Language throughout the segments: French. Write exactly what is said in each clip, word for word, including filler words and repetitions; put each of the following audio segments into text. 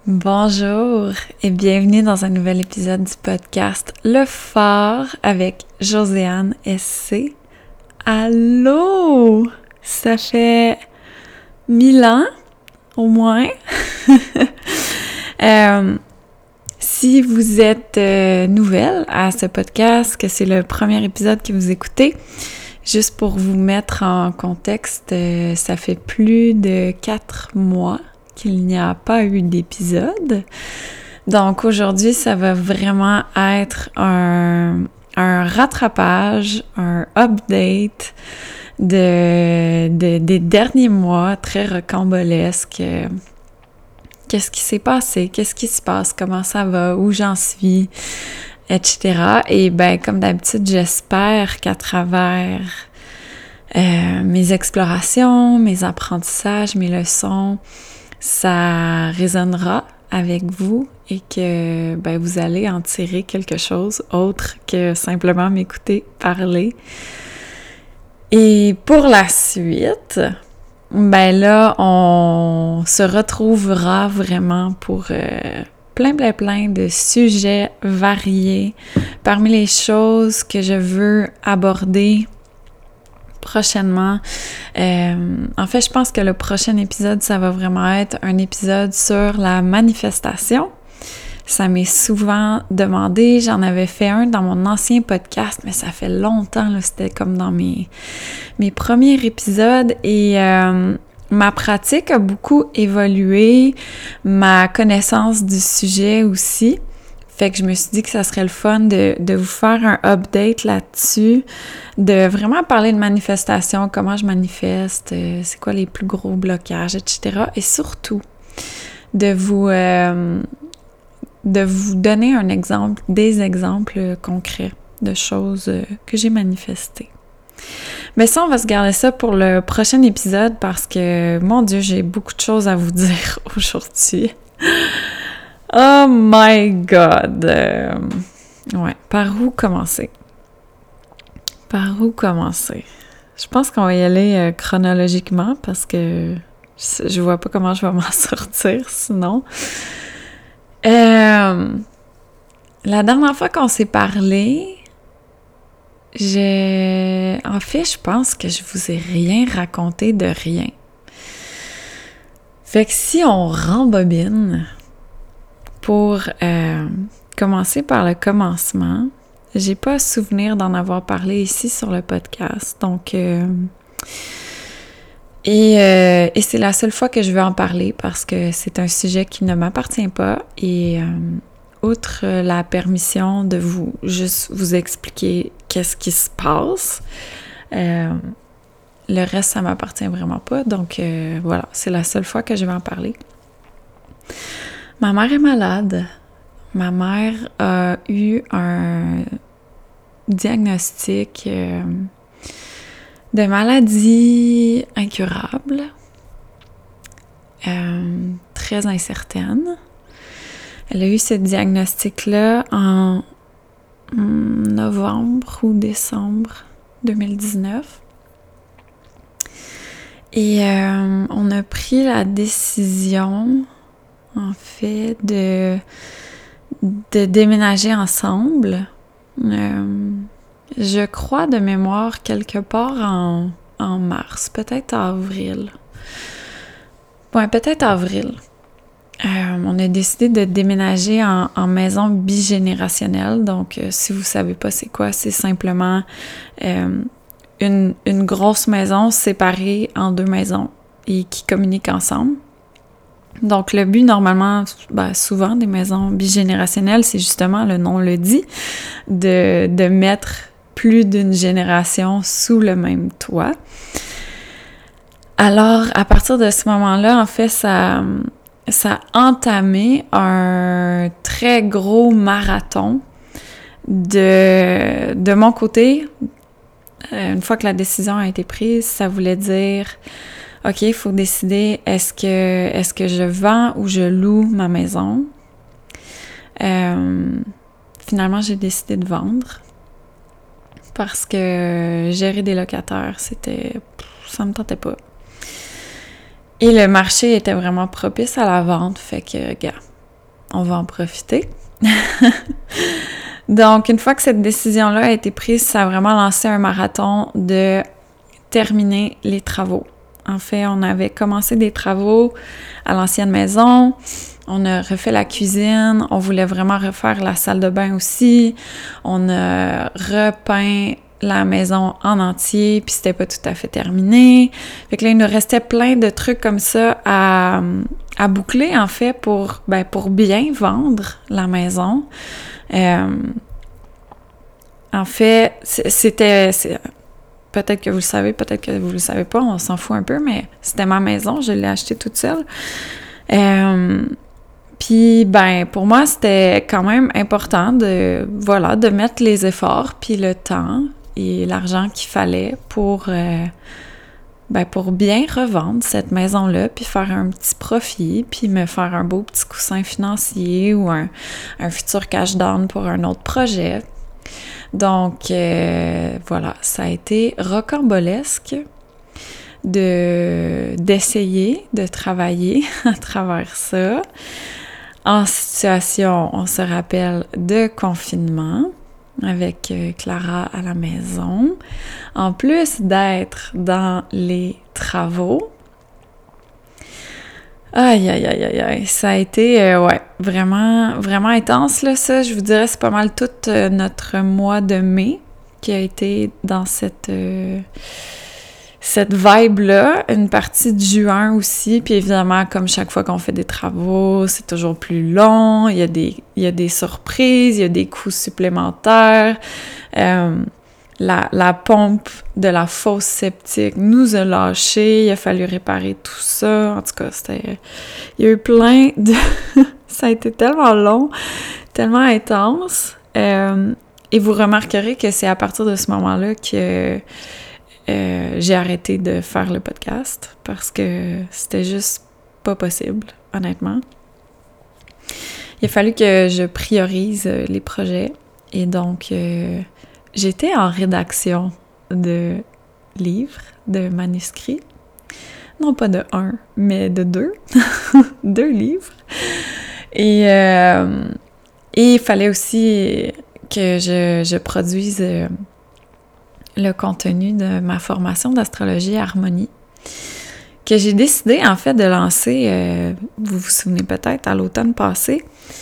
Bonjour et bienvenue dans un nouvel épisode du podcast Le Phare avec Josiane S C. Allô! Ça fait mille ans, au moins. euh, si vous êtes euh, nouvelle à ce podcast, que c'est le premier épisode que vous écoutez, juste pour vous mettre en contexte, euh, ça fait plus de quatre mois qu'il n'y a pas eu d'épisode. Donc aujourd'hui, ça va vraiment être un, un rattrapage, un update de, de, des derniers mois très rocambolesques. Qu'est-ce qui s'est passé? Qu'est-ce qui se passe? Comment ça va? Où j'en suis? Etc. Et ben comme d'habitude, j'espère qu'à travers euh, mes explorations, mes apprentissages, mes leçons, ça résonnera avec vous et que ben, vous allez en tirer quelque chose autre que simplement m'écouter parler. Et pour la suite, ben là, on se retrouvera vraiment pour euh, plein, plein, plein de sujets variés. Parmi les choses que je veux aborder prochainement. Euh, en fait, je pense que le prochain épisode, ça va vraiment être un épisode sur la manifestation. Ça m'est souvent demandé. J'en avais fait un dans mon ancien podcast, mais ça fait longtemps, là, c'était comme dans mes, mes premiers épisodes. Et euh, ma pratique a beaucoup évolué, ma connaissance du sujet aussi. Fait que je me suis dit que ça serait le fun de, de vous faire un update là-dessus, de vraiment parler de manifestation, comment je manifeste, euh, c'est quoi les plus gros blocages, et cetera. Et surtout, de vous, euh, de vous donner un exemple, des exemples concrets de choses que j'ai manifestées. Mais ça, on va se garder ça pour le prochain épisode parce que, mon Dieu, j'ai beaucoup de choses à vous dire aujourd'hui. Oh my God! Euh, ouais, par où commencer? Par où commencer? Je pense qu'on va y aller euh, chronologiquement parce que je, je vois pas comment je vais m'en sortir sinon. Euh, la dernière fois qu'on s'est parlé, j'ai... En fait, je pense que je vous ai rien raconté de rien. Fait que si on rembobine... Pour euh, commencer par le commencement, j'ai pas souvenir d'en avoir parlé ici sur le podcast, donc euh, et, euh, et c'est la seule fois que je veux en parler parce que c'est un sujet qui ne m'appartient pas et euh, outre la permission de vous juste vous expliquer qu'est-ce qui se passe, euh, le reste ça m'appartient vraiment pas, donc euh, voilà, c'est la seule fois que je vais en parler. Ma mère est malade. Ma mère a eu un diagnostic euh, de maladie incurable, euh, très incertaine. Elle a eu ce diagnostic-là en novembre ou décembre deux mille dix-neuf. Et euh, on a pris la décision... en fait, de, de déménager ensemble. Euh, je crois de mémoire quelque part en, en mars, peut-être avril. Ouais, peut-être avril. Euh, on a décidé de déménager en, en maison bigénérationnelle. Donc, euh, si vous savez pas c'est quoi, c'est simplement euh, une, une grosse maison séparée en deux maisons et qui communiquent ensemble. Donc, le but, normalement, ben, souvent, des maisons bigénérationnelles, c'est justement, le nom le dit, de, de mettre plus d'une génération sous le même toit. Alors, à partir de ce moment-là, en fait, ça, ça a entamé un très gros marathon de, de mon côté. Une fois que la décision a été prise, ça voulait dire... OK, il faut décider, est-ce que, est-ce que je vends ou je loue ma maison? Euh, finalement, j'ai décidé de vendre parce que gérer des locataires, c'était... ça me tentait pas. Et le marché était vraiment propice à la vente, fait que, gars, on va en profiter. Donc, une fois que cette décision-là a été prise, ça a vraiment lancé un marathon de terminer les travaux. En fait, on avait commencé des travaux à l'ancienne maison, on a refait la cuisine, on voulait vraiment refaire la salle de bain aussi, on a repeint la maison en entier, puis c'était pas tout à fait terminé. Fait que là, il nous restait plein de trucs comme ça à, à boucler, en fait, pour, ben, pour bien vendre la maison. Euh, en fait, c'était... C'est, peut-être que vous le savez, peut-être que vous le savez pas, on s'en fout un peu, mais c'était ma maison, je l'ai achetée toute seule. Euh, puis, ben, pour moi, c'était quand même important de, voilà, de mettre les efforts, puis le temps et l'argent qu'il fallait pour, euh, ben, pour bien revendre cette maison-là, puis faire un petit profit, puis me faire un beau petit coussin financier ou un, un futur cash down pour un autre projet. Donc, euh, voilà, ça a été rocambolesque de, d'essayer de travailler à travers ça. En situation, on se rappelle, de confinement avec Clara à la maison. En plus d'être dans les travaux. Aïe, aïe, aïe, aïe, aïe. Ça a été, euh, ouais, vraiment, vraiment intense, là, ça. Je vous dirais, c'est pas mal tout euh, notre mois de mai qui a été dans cette... Euh, cette vibe-là, une partie de juin aussi, puis évidemment, comme chaque fois qu'on fait des travaux, c'est toujours plus long, il y a des, il y a des surprises, il y a des coûts supplémentaires, euh, la, la pompe de la fosse septique nous a lâché, il a fallu réparer tout ça, en tout cas, c'était... Il y a eu plein de... ça a été tellement long, tellement intense, euh, et vous remarquerez que c'est à partir de ce moment-là que... Euh, j'ai arrêté de faire le podcast parce que c'était juste pas possible, honnêtement. Il a fallu que je priorise les projets et donc euh, j'étais en rédaction de livres, de manuscrits. Non pas de un, mais de deux. deux livres. Et, euh, et il fallait aussi que je, je produise... Euh, le contenu de ma formation d'astrologie harmonie que j'ai décidé en fait de lancer, euh, vous vous souvenez peut-être, à l'automne passé.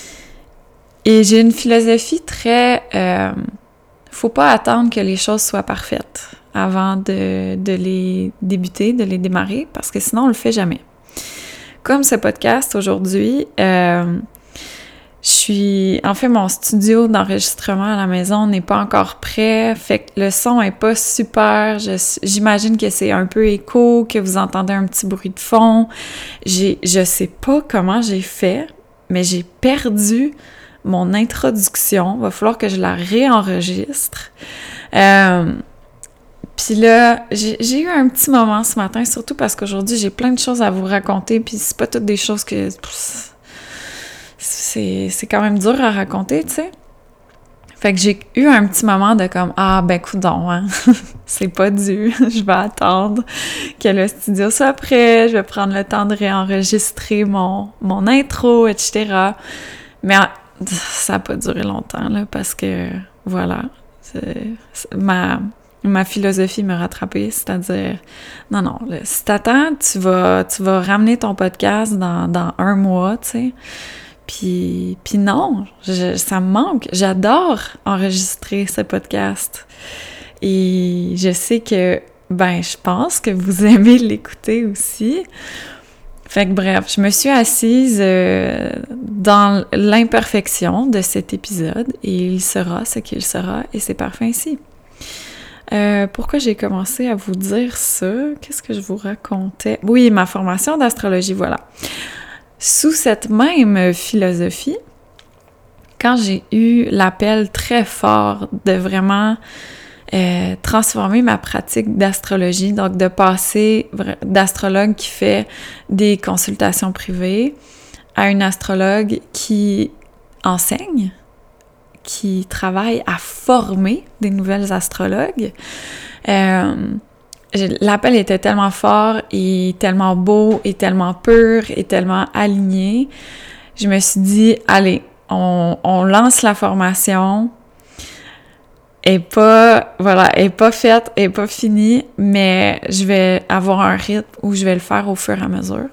Et j'ai une philosophie très... Euh, faut pas attendre que les choses soient parfaites avant de, de les débuter, de les démarrer, parce que sinon on le fait jamais. Comme ce podcast aujourd'hui... Euh, Je suis... En fait, mon studio d'enregistrement à la maison n'est pas encore prêt, fait que le son est pas super. Je, j'imagine que c'est un peu écho, que vous entendez un petit bruit de fond. J'ai, je sais pas comment j'ai fait, mais j'ai perdu mon introduction. Va falloir que je la réenregistre. Euh... Puis là, j'ai, j'ai eu un petit moment ce matin, surtout parce qu'aujourd'hui, j'ai plein de choses à vous raconter, puis c'est pas toutes des choses que... Pff, C'est, c'est quand même dur à raconter, tu sais. Fait que j'ai eu un petit moment de comme « Ah, ben coudonc, hein, c'est pas dû, je vais attendre que le studio soit prêt, je vais prendre le temps de réenregistrer mon, mon intro, et cetera » Mais ça a pas duré longtemps, là, parce que, voilà, c'est, c'est, ma, ma philosophie m'a rattrapée, c'est-à-dire « Non, non, là, si t'attends, tu vas, tu vas ramener ton podcast dans, dans un mois, tu sais. » Puis, puis non, je, ça me manque. J'adore enregistrer ce podcast. Et je sais que, ben, je pense que vous aimez l'écouter aussi. Fait que bref, je me suis assise euh, dans l'imperfection de cet épisode et il sera ce qu'il sera et c'est parfait ainsi. Euh, pourquoi j'ai commencé à vous dire ça? Qu'est-ce que je vous racontais? Oui, ma formation d'astrologie, voilà. Sous cette même philosophie, quand j'ai eu l'appel très fort de vraiment euh, transformer ma pratique d'astrologie, donc de passer d'astrologue qui fait des consultations privées à une astrologue qui enseigne, qui travaille à former des nouvelles astrologues, euh, l'appel était tellement fort et tellement beau et tellement pur et tellement aligné je me suis dit, allez, on, on lance la formation. Elle est pas, voilà, elle est pas faite, elle est pas finie, mais je vais avoir un rythme où je vais le faire au fur et à mesure.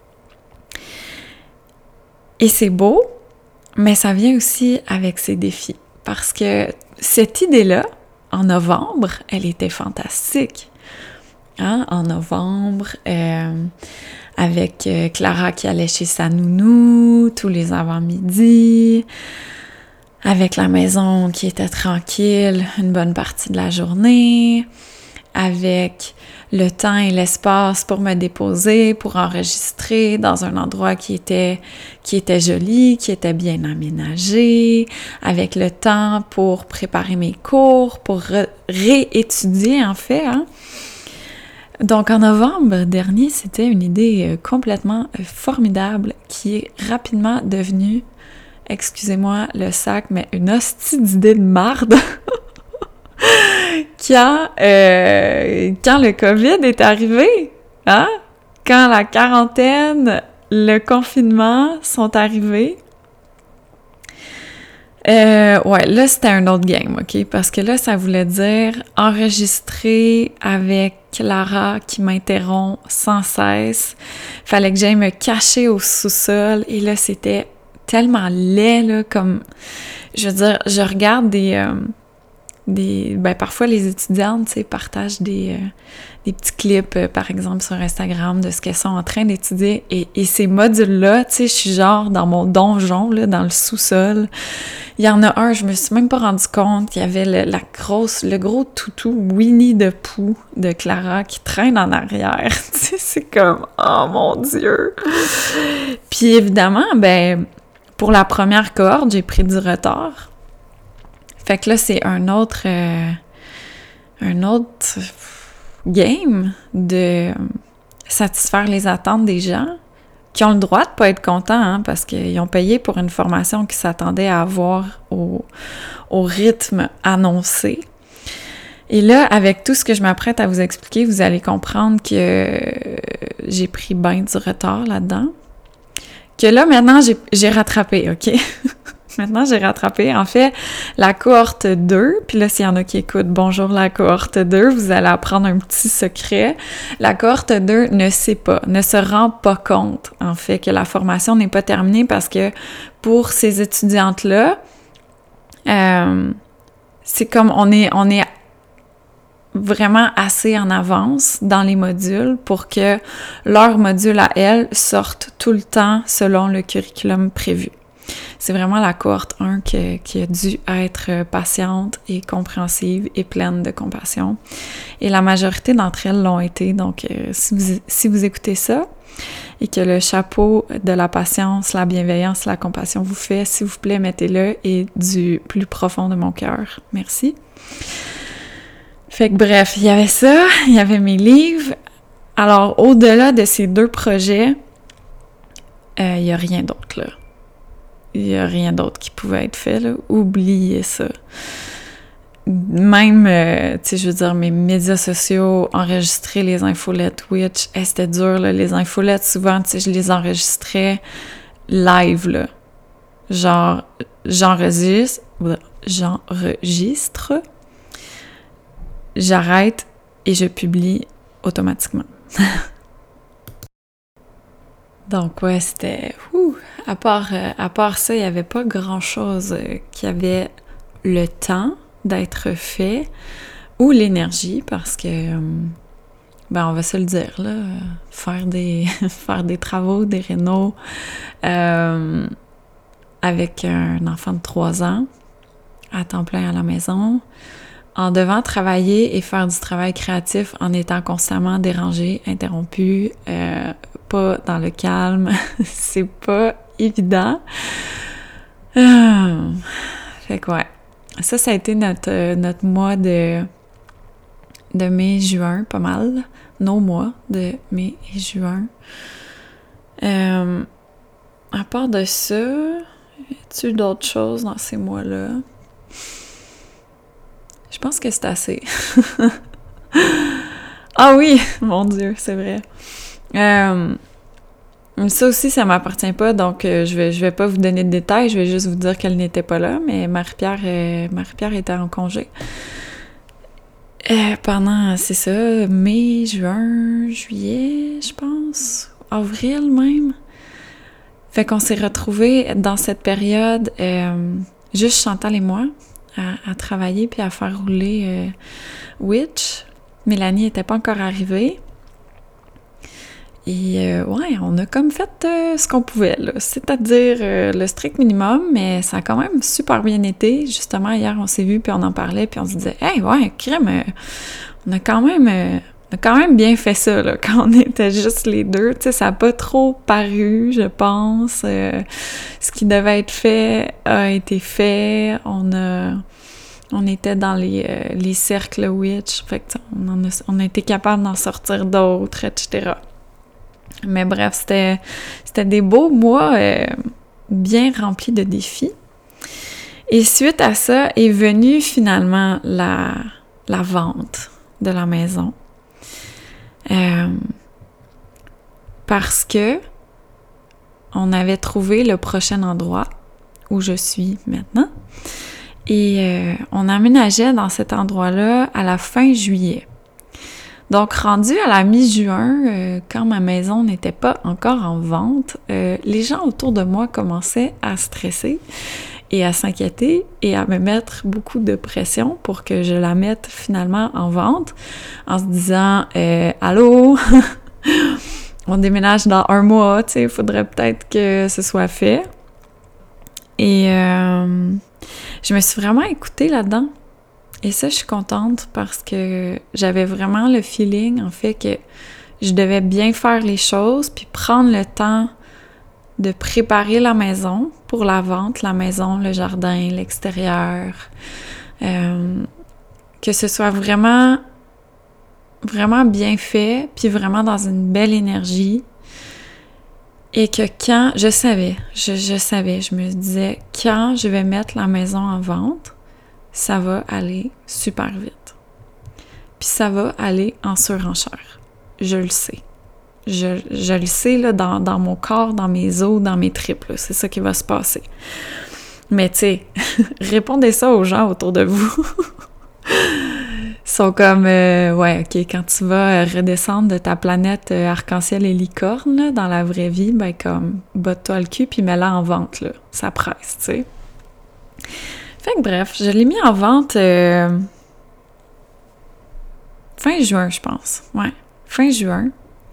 Et c'est beau, mais ça vient aussi avec ses défis. Parce que cette idée-là, en novembre, elle était fantastique. Hein? En novembre, euh, avec euh, Clara qui allait chez sa nounou tous les avant-midi, avec la maison qui était tranquille une bonne partie de la journée, avec le temps et l'espace pour me déposer, pour enregistrer dans un endroit qui était, qui était joli, qui était bien aménagé, avec le temps pour préparer mes cours, pour re- réétudier en fait. Hein? Donc en novembre dernier, c'était une idée complètement formidable qui est rapidement devenue, excusez-moi le sac, mais une hostie d'idée de marde. Quand, euh, quand le COVID est arrivé, hein? Quand la quarantaine, le confinement sont arrivés, euh, ouais, là, c'était un autre game, OK? Parce que là, ça voulait dire enregistrer avec Clara qui m'interrompt sans cesse. Fallait que j'aille me cacher au sous-sol. Et là, c'était tellement laid, là, comme... Je veux dire, je regarde des... Euh, Des, ben parfois, les étudiantes, tu sais, partagent des, euh, des petits clips, euh, par exemple, sur Instagram de ce qu'elles sont en train d'étudier. Et, et ces modules-là, tu sais, je suis genre dans mon donjon, là, dans le sous-sol. Il y en a un, je me suis même pas rendu compte, il y avait le, la grosse, le gros toutou Winnie the Pooh de Clara qui traîne en arrière. Tu sais, c'est comme, oh mon Dieu! Puis évidemment, ben, pour la première cohorte, j'ai pris du retard. Fait que là, c'est un autre, euh, un autre game de satisfaire les attentes des gens qui ont le droit de pas être contents, hein, parce qu'ils ont payé pour une formation qu'ils s'attendaient à avoir au, au rythme annoncé. Et là, avec tout ce que je m'apprête à vous expliquer, vous allez comprendre que j'ai pris bien du retard là-dedans. Que là, maintenant, j'ai, j'ai rattrapé, OK? Maintenant, j'ai rattrapé. En fait, la cohorte deux, puis là, s'il y en a qui écoutent, bonjour la cohorte deux, vous allez apprendre un petit secret. La cohorte deux ne sait pas, ne se rend pas compte, en fait, que la formation n'est pas terminée parce que pour ces étudiantes-là, euh, c'est comme on est, on est vraiment assez en avance dans les modules pour que leur module à elles sorte tout le temps selon le curriculum prévu. C'est vraiment la cohorte un qui, qui a dû être patiente et compréhensive et pleine de compassion. Et la majorité d'entre elles l'ont été. Donc, euh, si vous, si vous écoutez ça et que le chapeau de la patience, la bienveillance, la compassion vous fait, s'il vous plaît, mettez-le et du plus profond de mon cœur. Merci. Fait que bref, il y avait ça, il y avait mes livres. Alors, au-delà de ces deux projets, euh, il n'y a rien d'autre, là. Il n'y a rien d'autre qui pouvait être fait, là. Oubliez ça. Même, euh, tu sais, je veux dire, mes médias sociaux, enregistrer les infolettes Twitch, hey, c'était dur, là. Les infolettes, souvent, tu sais, je les enregistrais live, là. Genre, j'enregistre, j'enregistre, j'arrête et je publie automatiquement. Donc, ouais, c'était... Ouh, à part, euh, à part ça, il n'y avait pas grand-chose euh, qui avait le temps d'être fait ou l'énergie, parce que, euh, ben, on va se le dire, là, faire des, faire des travaux, des rénaux euh, avec un enfant de trois ans, à temps plein à la maison, en devant travailler et faire du travail créatif en étant constamment dérangé, interrompu, euh, pas dans le calme, c'est pas évident. Euh, fait que ouais, ça, ça a été notre, euh, notre mois de, de mai-juin, pas mal. Nos mois de mai et juin. Euh, à part de ça, y a-t-il d'autres choses dans ces mois-là? Je pense que c'est assez. Ah oui, mon Dieu, c'est vrai. Euh, Ça aussi, ça m'appartient pas, donc euh, je vais je vais pas vous donner de détails, je vais juste vous dire qu'elle n'était pas là, mais Marie-Pierre, euh, Marie-Pierre était en congé. Euh, pendant, c'est ça, mai, juin, juillet, je pense, avril même. Fait qu'on s'est retrouvés dans cette période, euh, juste Chantal et moi, à, à travailler puis à faire rouler euh, Witch. Mélanie n'était pas encore arrivée. Et euh, ouais, on a comme fait euh, ce qu'on pouvait, là. C'est-à-dire euh, le strict minimum, mais ça a quand même super bien été. Justement, hier, on s'est vus, puis on en parlait, puis on se disait « Hey, ouais, crème, euh, on a quand même... Euh, on a quand même bien fait ça, là, quand on était juste les deux. » Tu sais, ça n'a pas trop paru, je pense. Euh, ce qui devait être fait a été fait. On a... On était dans les, euh, les cercles Witch, fait que on, en a, on a été capable d'en sortir d'autres, et cetera. Mais bref, c'était, c'était des beaux mois euh, bien remplis de défis. Et suite à ça est venue finalement la, la vente de la maison. Euh, parce que on avait trouvé le prochain endroit où je suis maintenant. Et euh, on aménageait dans cet endroit-là à la fin juillet. Donc, rendu à la mi-juin, euh, quand ma maison n'était pas encore en vente, euh, les gens autour de moi commençaient à stresser et à s'inquiéter et à me mettre beaucoup de pression pour que je la mette finalement en vente en se disant euh, « Allô? On déménage dans un mois, tu sais, il faudrait peut-être que ce soit fait. » Et euh, je me suis vraiment écoutée là-dedans. Et ça, je suis contente parce que j'avais vraiment le feeling, en fait, que je devais bien faire les choses, puis prendre le temps de préparer la maison pour la vente, la maison, le jardin, l'extérieur. Euh, que ce soit vraiment, vraiment bien fait, puis vraiment dans une belle énergie. Et que quand, je savais, je, je savais, je me disais, quand je vais mettre la maison en vente, ça va aller super vite. Puis ça va aller en surenchère. Je le sais. Je, je le sais là, dans, dans mon corps, dans mes os, dans mes tripes. Là. C'est ça qui va se passer. Mais tu sais, répondez ça aux gens autour de vous. Ils sont comme, euh, ouais, OK, quand tu vas redescendre de ta planète euh, arc-en-ciel et licorne, là, dans la vraie vie, ben comme, botte-toi le cul puis mets-la en vente, là. Ça presse, tu sais. Fait que bref, je l'ai mis en vente euh, fin juin, je pense. Ouais, fin juin.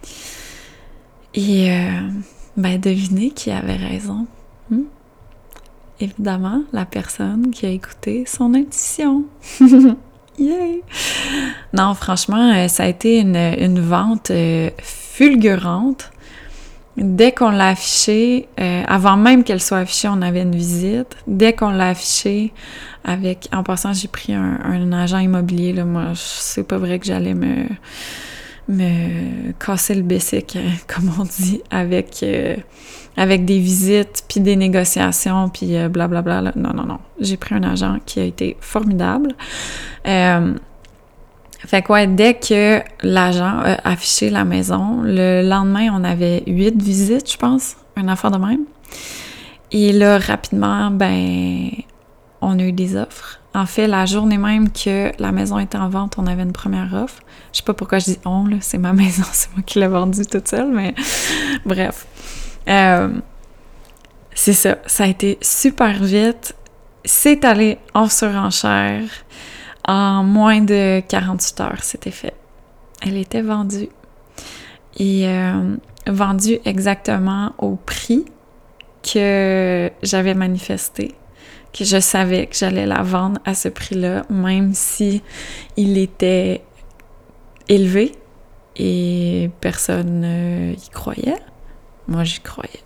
Et, euh, ben, devinez qui avait raison. Hmm? Évidemment, la personne qui a écouté son intuition. Yay! Non, franchement, ça a été une, une vente euh, fulgurante. Dès qu'on l'a affiché, euh, avant même qu'elle soit affichée, on avait une visite. Dès qu'on l'a affichée, avec, en passant, j'ai pris un, un agent immobilier, là, moi, c'est pas vrai que j'allais me, me casser le bessic, comme on dit, avec, euh, avec des visites, puis des négociations, puis euh, blablabla. Là. Non, non, non. J'ai pris un agent qui a été formidable. Euh, Fait que ouais, dès que l'agent a affiché la maison, le lendemain, on avait huit visites, je pense, une affaire de même. Et là, rapidement, ben, on a eu des offres. En fait, la journée même que la maison était en vente, on avait une première offre. Je sais pas pourquoi je dis « on », là, c'est ma maison, c'est moi qui l'ai vendue toute seule, mais bref. Euh, c'est ça, ça a été super vite. C'est allé en surenchère. En moins de quarante-huit heures, c'était fait. Elle était vendue. Et euh, vendue exactement au prix que j'avais manifesté, que je savais que j'allais la vendre à ce prix-là, même si il était élevé et personne euh, y croyait. Moi, j'y croyais.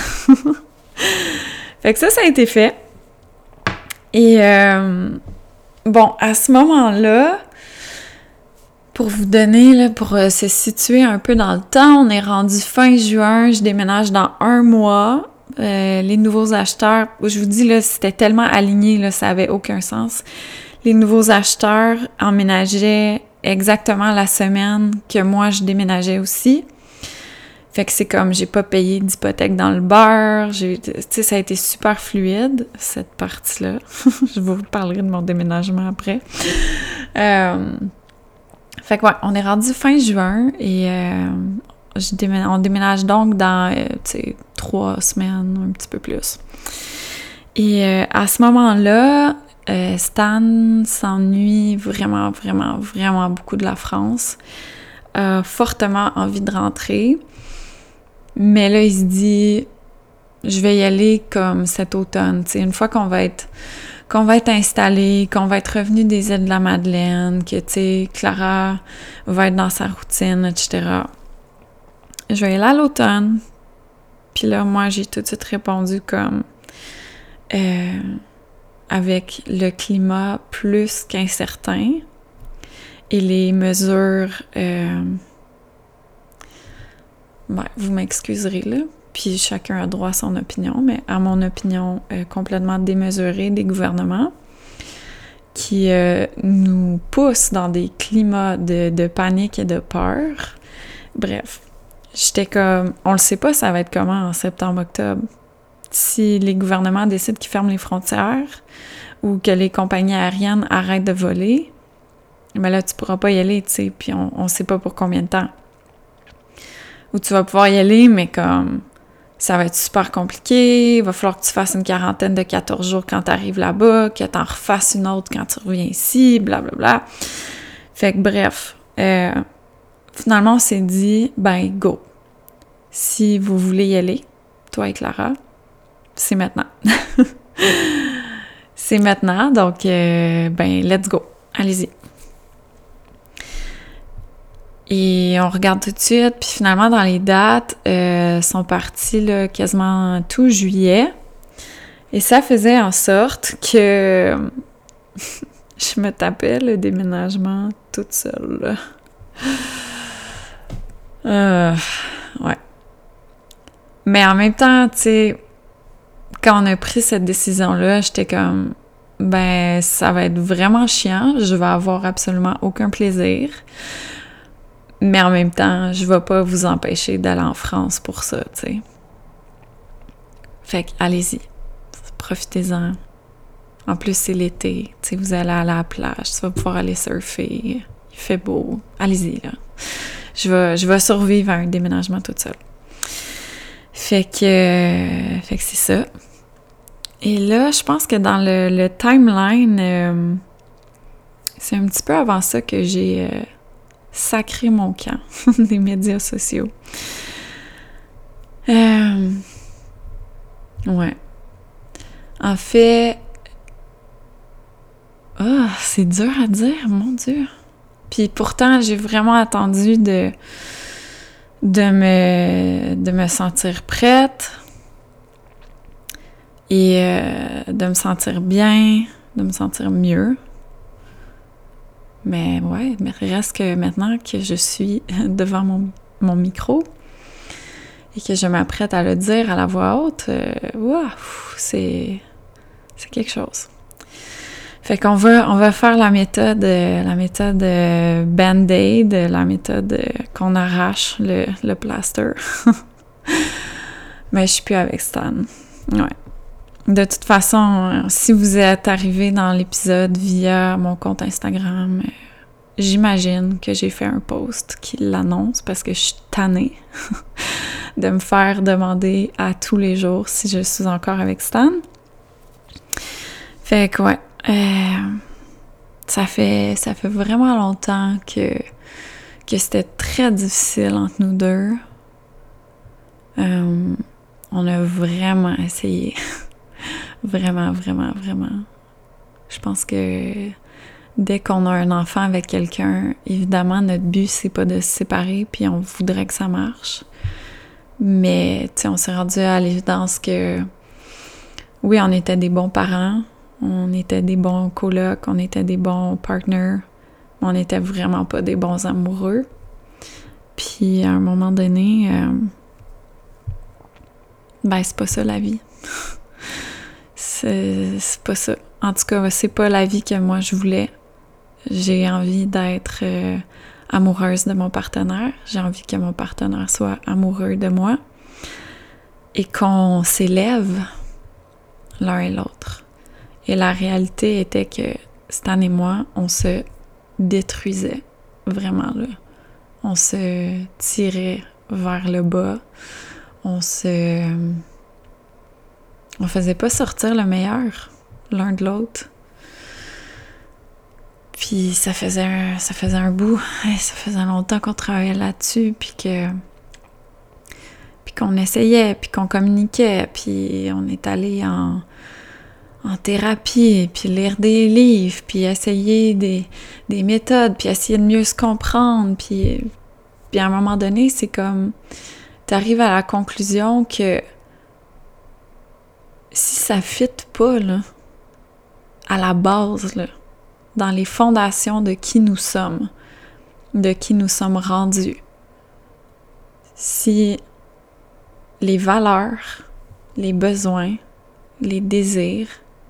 Fait que ça, ça a été fait. Et... Euh, Bon, à ce moment-là, pour vous donner, là, pour euh, se situer un peu dans le temps, on est rendu fin juin, je déménage dans un mois. Euh, les nouveaux acheteurs, je vous dis, là, c'était tellement aligné, là, ça avait aucun sens. Les nouveaux acheteurs emménageaient exactement la semaine que moi, je déménageais aussi. Fait que c'est comme, j'ai pas payé d'hypothèque dans le beurre, j'ai, tu sais, ça a été super fluide, cette partie-là. Je vous parlerai de mon déménagement après. Euh, fait que ouais, on est rendu fin juin et euh, je déménage, on déménage donc dans, euh, tu sais, trois semaines, un petit peu plus. Et euh, à ce moment-là, euh, Stan s'ennuie vraiment, vraiment, vraiment beaucoup de la France. A fortement envie de rentrer. Mais là, il se dit, je vais y aller comme cet automne, tu sais, une fois qu'on va être, qu'on va être installé, qu'on va être revenu des îles de la Madeleine, que, tu sais, Clara va être dans sa routine, et cetera. Je vais y aller à l'automne. Puis là, moi, j'ai tout de suite répondu comme, euh, avec le climat plus qu'incertain et les mesures... Euh, Ouais, vous m'excuserez là, puis chacun a droit à son opinion, mais à mon opinion euh, complètement démesurée des gouvernements qui euh, nous poussent dans des climats de, de panique et de peur. Bref, j'étais comme, on le sait pas ça va être comment en septembre-octobre. Si les gouvernements décident qu'ils ferment les frontières ou que les compagnies aériennes arrêtent de voler, ben là tu pourras pas y aller, tu sais, puis on, on sait pas pour combien de temps. Où tu vas pouvoir y aller, mais comme ça va être super compliqué, il va falloir que tu fasses une quarantaine de quatorze jours quand tu arrives là-bas, que tu en refasses une autre quand tu reviens ici, blablabla. Bla, bla. Fait que bref, euh, finalement on s'est dit, ben go, si vous voulez y aller, toi et Clara, c'est maintenant. C'est maintenant, donc euh, ben let's go, allez-y. Et on regarde tout de suite, puis finalement, dans les dates, euh, sont partis là, quasiment tout juillet. Et ça faisait en sorte que je me tapais le déménagement toute seule. Euh, ouais. Mais en même temps, tu sais, quand on a pris cette décision-là, j'étais comme, ben, ça va être vraiment chiant, je vais avoir absolument aucun plaisir. Mais en même temps, je vais pas vous empêcher d'aller en France pour ça, tu sais. Fait que, allez-y. Profitez-en. En plus, c'est l'été. Tu sais, vous allez aller à la plage. Tu vas pouvoir aller surfer. Il fait beau. Allez-y, là. Je vais, je vais survivre à un déménagement toute seule. Fait que, euh, fait que c'est ça. Et là, je pense que dans le, le timeline, euh, c'est un petit peu avant ça que j'ai... Euh, sacré mon camp des médias sociaux. Euh, ouais. En fait... Ah, oh, c'est dur à dire, mon Dieu. Puis pourtant, j'ai vraiment attendu de, de, me, de me sentir prête et euh, de me sentir bien, de me sentir mieux. Mais ouais, mais reste que maintenant que je suis devant mon, mon micro et que je m'apprête à le dire à la voix haute, euh, wow, c'est, c'est quelque chose. Fait qu'on va, on va faire la méthode, la méthode Band-Aid, la méthode qu'on arrache le, le plaster. Mais je suis plus avec Stan. Ouais. De toute façon, si vous êtes arrivé dans l'épisode via mon compte Instagram, j'imagine que j'ai fait un post qui l'annonce parce que je suis tannée de me faire demander à tous les jours si je suis encore avec Stan. Fait que ouais, euh, ça fait ça fait vraiment longtemps que, que c'était très difficile entre nous deux. Euh, on a vraiment essayé. Vraiment, vraiment, vraiment. Je pense que dès qu'on a un enfant avec quelqu'un, évidemment, notre but, c'est pas de se séparer, puis on voudrait que ça marche. Mais, tu sais, on s'est rendu à l'évidence que, oui, on était des bons parents, on était des bons colocs, on était des bons partners, mais on n'était vraiment pas des bons amoureux. Puis, à un moment donné, euh, ben, c'est pas ça la vie. C'est, c'est pas ça. En tout cas, c'est pas la vie que moi je voulais. J'ai envie d'être euh, amoureuse de mon partenaire. J'ai envie que mon partenaire soit amoureux de moi. Et qu'on s'élève l'un et l'autre. Et la réalité était que Stan et moi, on se détruisait. Vraiment, là. On se tirait vers le bas. On se... On faisait pas sortir le meilleur l'un de l'autre. Puis ça faisait un, ça faisait un bout. Ça faisait longtemps qu'on travaillait là-dessus, puis que... Puis qu'on essayait, puis qu'on communiquait, puis on est allé en... en thérapie, puis lire des livres, puis essayer des, des méthodes, puis essayer de mieux se comprendre, puis, puis à un moment donné, c'est comme, t'arrives à la conclusion que si ça fit pas, là, à la base, là, dans les fondations de qui nous sommes, de qui nous sommes rendus, si les valeurs, les besoins, les désirs,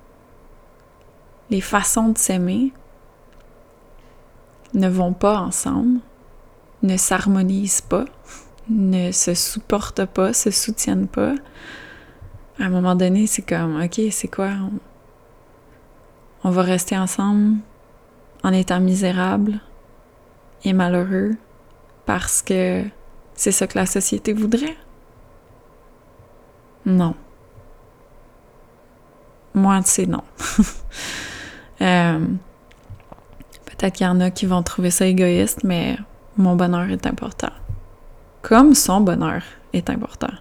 les façons de s'aimer ne vont pas ensemble, ne s'harmonisent pas, ne se supportent pas, se soutiennent pas. À un moment donné, c'est comme, OK, c'est quoi? On, on va rester ensemble en étant misérable et malheureux parce que c'est ça que la société voudrait? Non. Moi, c'est non. euh, peut-être qu'il y en a qui vont trouver ça égoïste, mais mon bonheur est important. Comme son bonheur est important.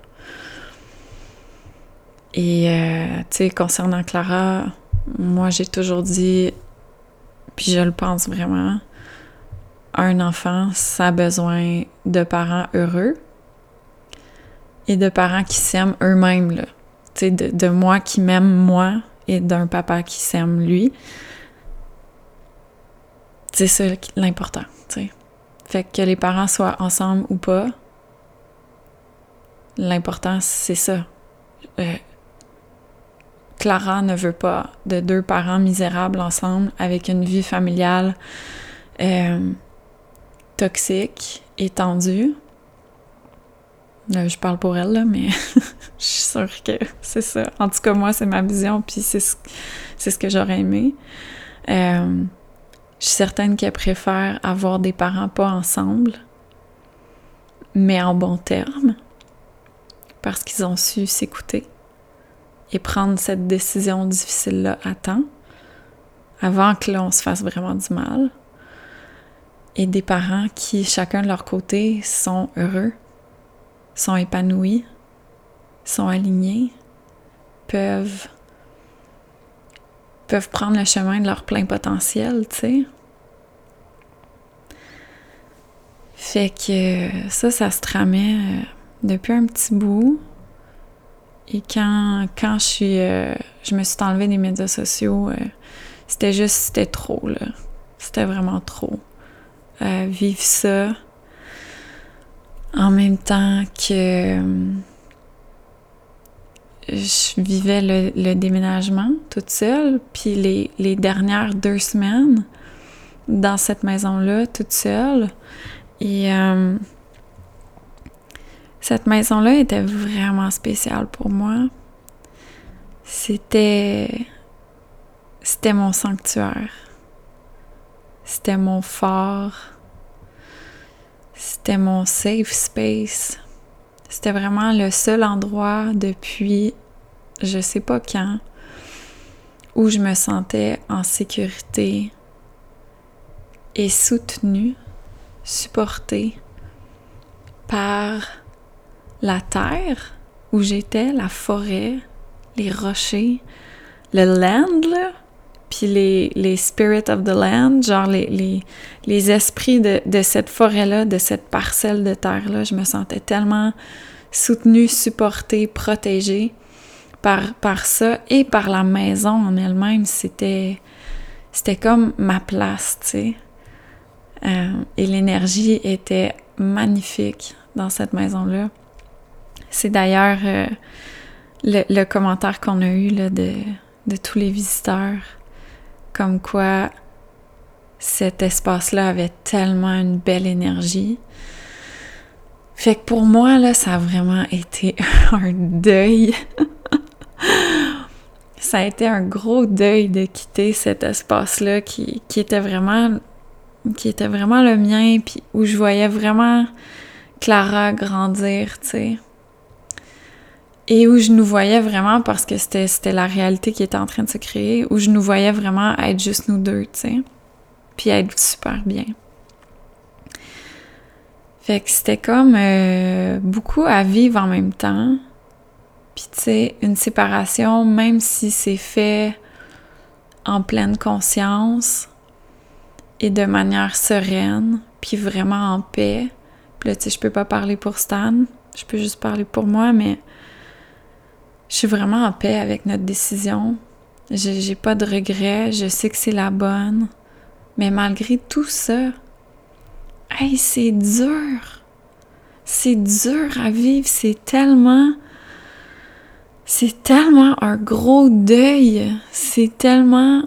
Et, euh, tu sais, concernant Clara, moi, j'ai toujours dit, puis je le pense vraiment, un enfant, ça a besoin de parents heureux et de parents qui s'aiment eux-mêmes, là. Tu sais, de, de moi qui m'aime moi et d'un papa qui s'aime lui. C'est ça l'important, tu sais. Fait que les parents soient ensemble ou pas, l'important, c'est ça. Euh, Clara ne veut pas de deux parents misérables ensemble avec une vie familiale euh, toxique et tendue. Euh, je parle pour elle, là, mais je suis sûre que c'est ça. En tout cas, moi, c'est ma vision, puis c'est ce, c'est ce que j'aurais aimé. Euh, je suis certaine qu'elle préfère avoir des parents pas ensemble, mais en bons termes, parce qu'ils ont su s'écouter et prendre cette décision difficile-là à temps, avant que là, on se fasse vraiment du mal. Et des parents qui, chacun de leur côté, sont heureux, sont épanouis, sont alignés, peuvent, peuvent prendre le chemin de leur plein potentiel, tu sais. Fait que ça, ça se tramait euh, depuis un petit bout. Et quand, quand je suis, euh, je me suis enlevée des médias sociaux, euh, c'était juste, c'était trop, là. C'était vraiment trop. Euh, vivre ça en même temps que euh, je vivais le, le déménagement toute seule, puis les, les dernières deux semaines dans cette maison-là, toute seule. Et euh, cette maison-là était vraiment spéciale pour moi. C'était... C'était mon sanctuaire. C'était mon phare. C'était mon safe space. C'était vraiment le seul endroit depuis je sais pas quand où je me sentais en sécurité et soutenue, supportée par la terre où j'étais, la forêt, les rochers, le land, là, puis les, les spirits of the land, genre les, les, les esprits de, de cette forêt-là, de cette parcelle de terre-là. Je me sentais tellement soutenue, supportée, protégée par, par ça et par la maison en elle-même. C'était, c'était comme ma place, tu sais. Euh, et l'énergie était magnifique dans cette maison-là. C'est d'ailleurs euh, le, le commentaire qu'on a eu là, de, de tous les visiteurs, comme quoi cet espace-là avait tellement une belle énergie. Fait que pour moi, là, ça a vraiment été un deuil. Ça a été un gros deuil de quitter cet espace-là qui, qui était vraiment qui était vraiment le mien, puis où je voyais vraiment Clara grandir, tu sais. Et où je nous voyais vraiment, parce que c'était, c'était la réalité qui était en train de se créer, où je nous voyais vraiment être juste nous deux, tu sais. Puis être super bien. Fait que c'était comme euh, beaucoup à vivre en même temps. Puis tu sais, une séparation, même si c'est fait en pleine conscience et de manière sereine, puis vraiment en paix. Puis là, tu sais, je peux pas parler pour Stan, je peux juste parler pour moi, mais je suis vraiment en paix avec notre décision. J'ai, j'ai pas de regrets, je sais que c'est la bonne. Mais malgré tout ça, hey, c'est dur! C'est dur à vivre, c'est tellement... C'est tellement un gros deuil, c'est tellement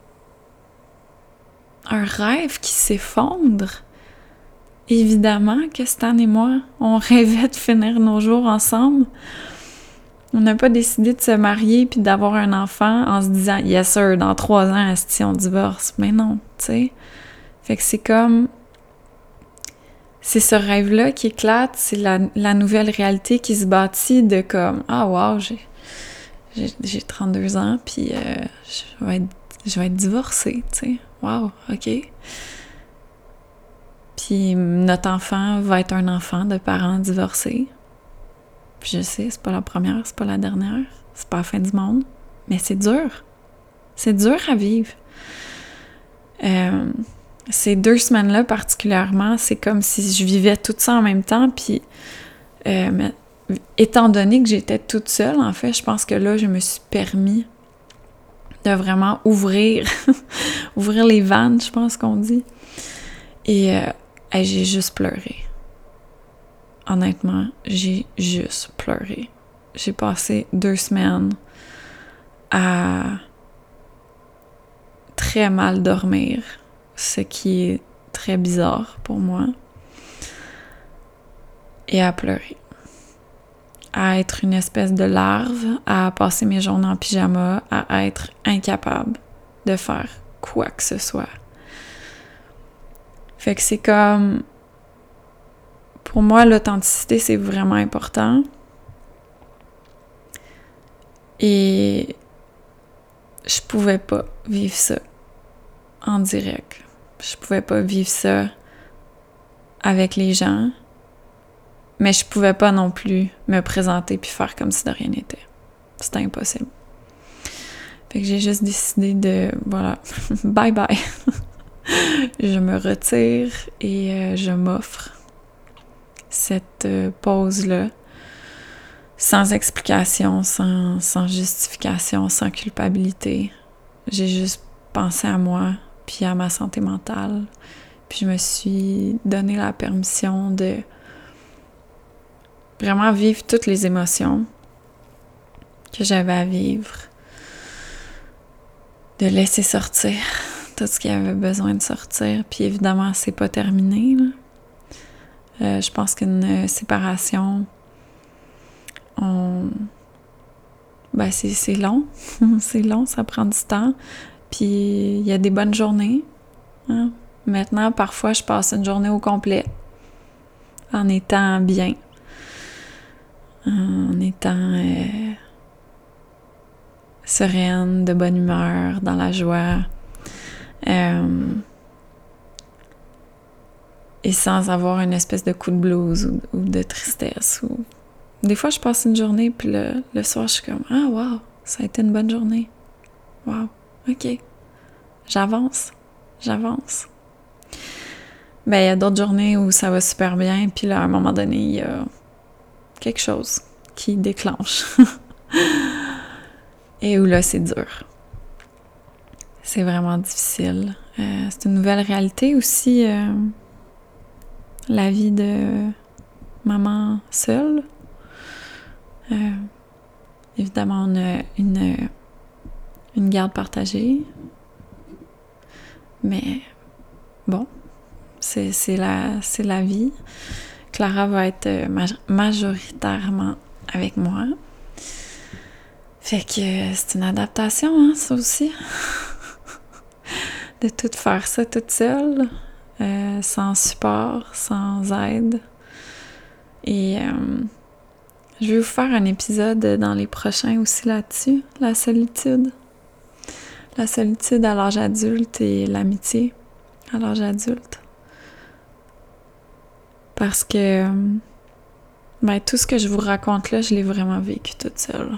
un rêve qui s'effondre. Évidemment que Stan et moi, on rêvait de finir nos jours ensemble. On n'a pas décidé de se marier puis d'avoir un enfant en se disant « Yes sir, dans trois ans, si on divorce. » Mais non, tu sais. Fait que c'est comme... C'est ce rêve-là qui éclate, c'est la, la nouvelle réalité qui se bâtit de comme « Ah wow, j'ai... J'ai, j'ai trente-deux ans, puis euh, je vais être, je vais être divorcée, tu sais. Wow, OK. Puis notre enfant va être un enfant de parents divorcés. Puis je sais, c'est pas la première, c'est pas la dernière, c'est pas la fin du monde, mais c'est dur. C'est dur à vivre. Euh, ces deux semaines-là particulièrement, c'est comme si je vivais tout ça en même temps, puis... Euh, mais, étant donné que j'étais toute seule, en fait, je pense que là, je me suis permis de vraiment ouvrir, ouvrir les vannes, je pense qu'on dit. Et euh, hey, j'ai juste pleuré. Honnêtement, j'ai juste pleuré. J'ai passé deux semaines à très mal dormir, ce qui est très bizarre pour moi, et à pleurer. À être une espèce de larve, à passer mes journées en pyjama, à être incapable de faire quoi que ce soit. Fait que c'est comme... Pour moi, l'authenticité, c'est vraiment important. Et je pouvais pas vivre ça en direct. Je pouvais pas vivre ça avec les gens. Mais je pouvais pas non plus me présenter puis faire comme si de rien n'était. C'était impossible. Fait que j'ai juste décidé de... Voilà. Bye bye. Je me retire et euh, je m'offre cette euh, pause-là sans explication, sans, sans justification, sans culpabilité. J'ai juste pensé à moi puis à ma santé mentale. Puis je me suis donné la permission de vraiment vivre toutes les émotions que j'avais à vivre, de laisser sortir tout ce qui avait besoin de sortir. Puis évidemment, c'est pas terminé, là. Euh, je pense qu'une séparation, on... ben c'est, c'est long, c'est long, ça prend du temps. Puis il y a des bonnes journées. Hein? Maintenant, parfois, je passe une journée au complet en étant bien. En étant euh, sereine, de bonne humeur, dans la joie. Euh, et sans avoir une espèce de coup de blues ou, ou de tristesse. Ou... Des fois, je passe une journée, puis le, le soir, je suis comme « Ah, wow, ça a été une bonne journée. Wow, OK. J'avance, j'avance. » Ben, il y a d'autres journées où ça va super bien, puis là, à un moment donné, il y a quelque chose qui déclenche. Et où là, c'est dur. C'est vraiment difficile. Euh, c'est une nouvelle réalité aussi, euh, la vie de maman seule. Euh, évidemment, on a une, une garde partagée. Mais bon, c'est, c'est, la, c'est la vie. Clara va être maj- majoritairement avec moi. Fait que c'est une adaptation, hein, ça aussi. De tout faire ça toute seule, euh, sans support, sans aide. Et euh, je vais vous faire un épisode dans les prochains aussi là-dessus, la solitude. La solitude à l'âge adulte et l'amitié à l'âge adulte. Parce que ben, tout ce que je vous raconte là, je l'ai vraiment vécu toute seule.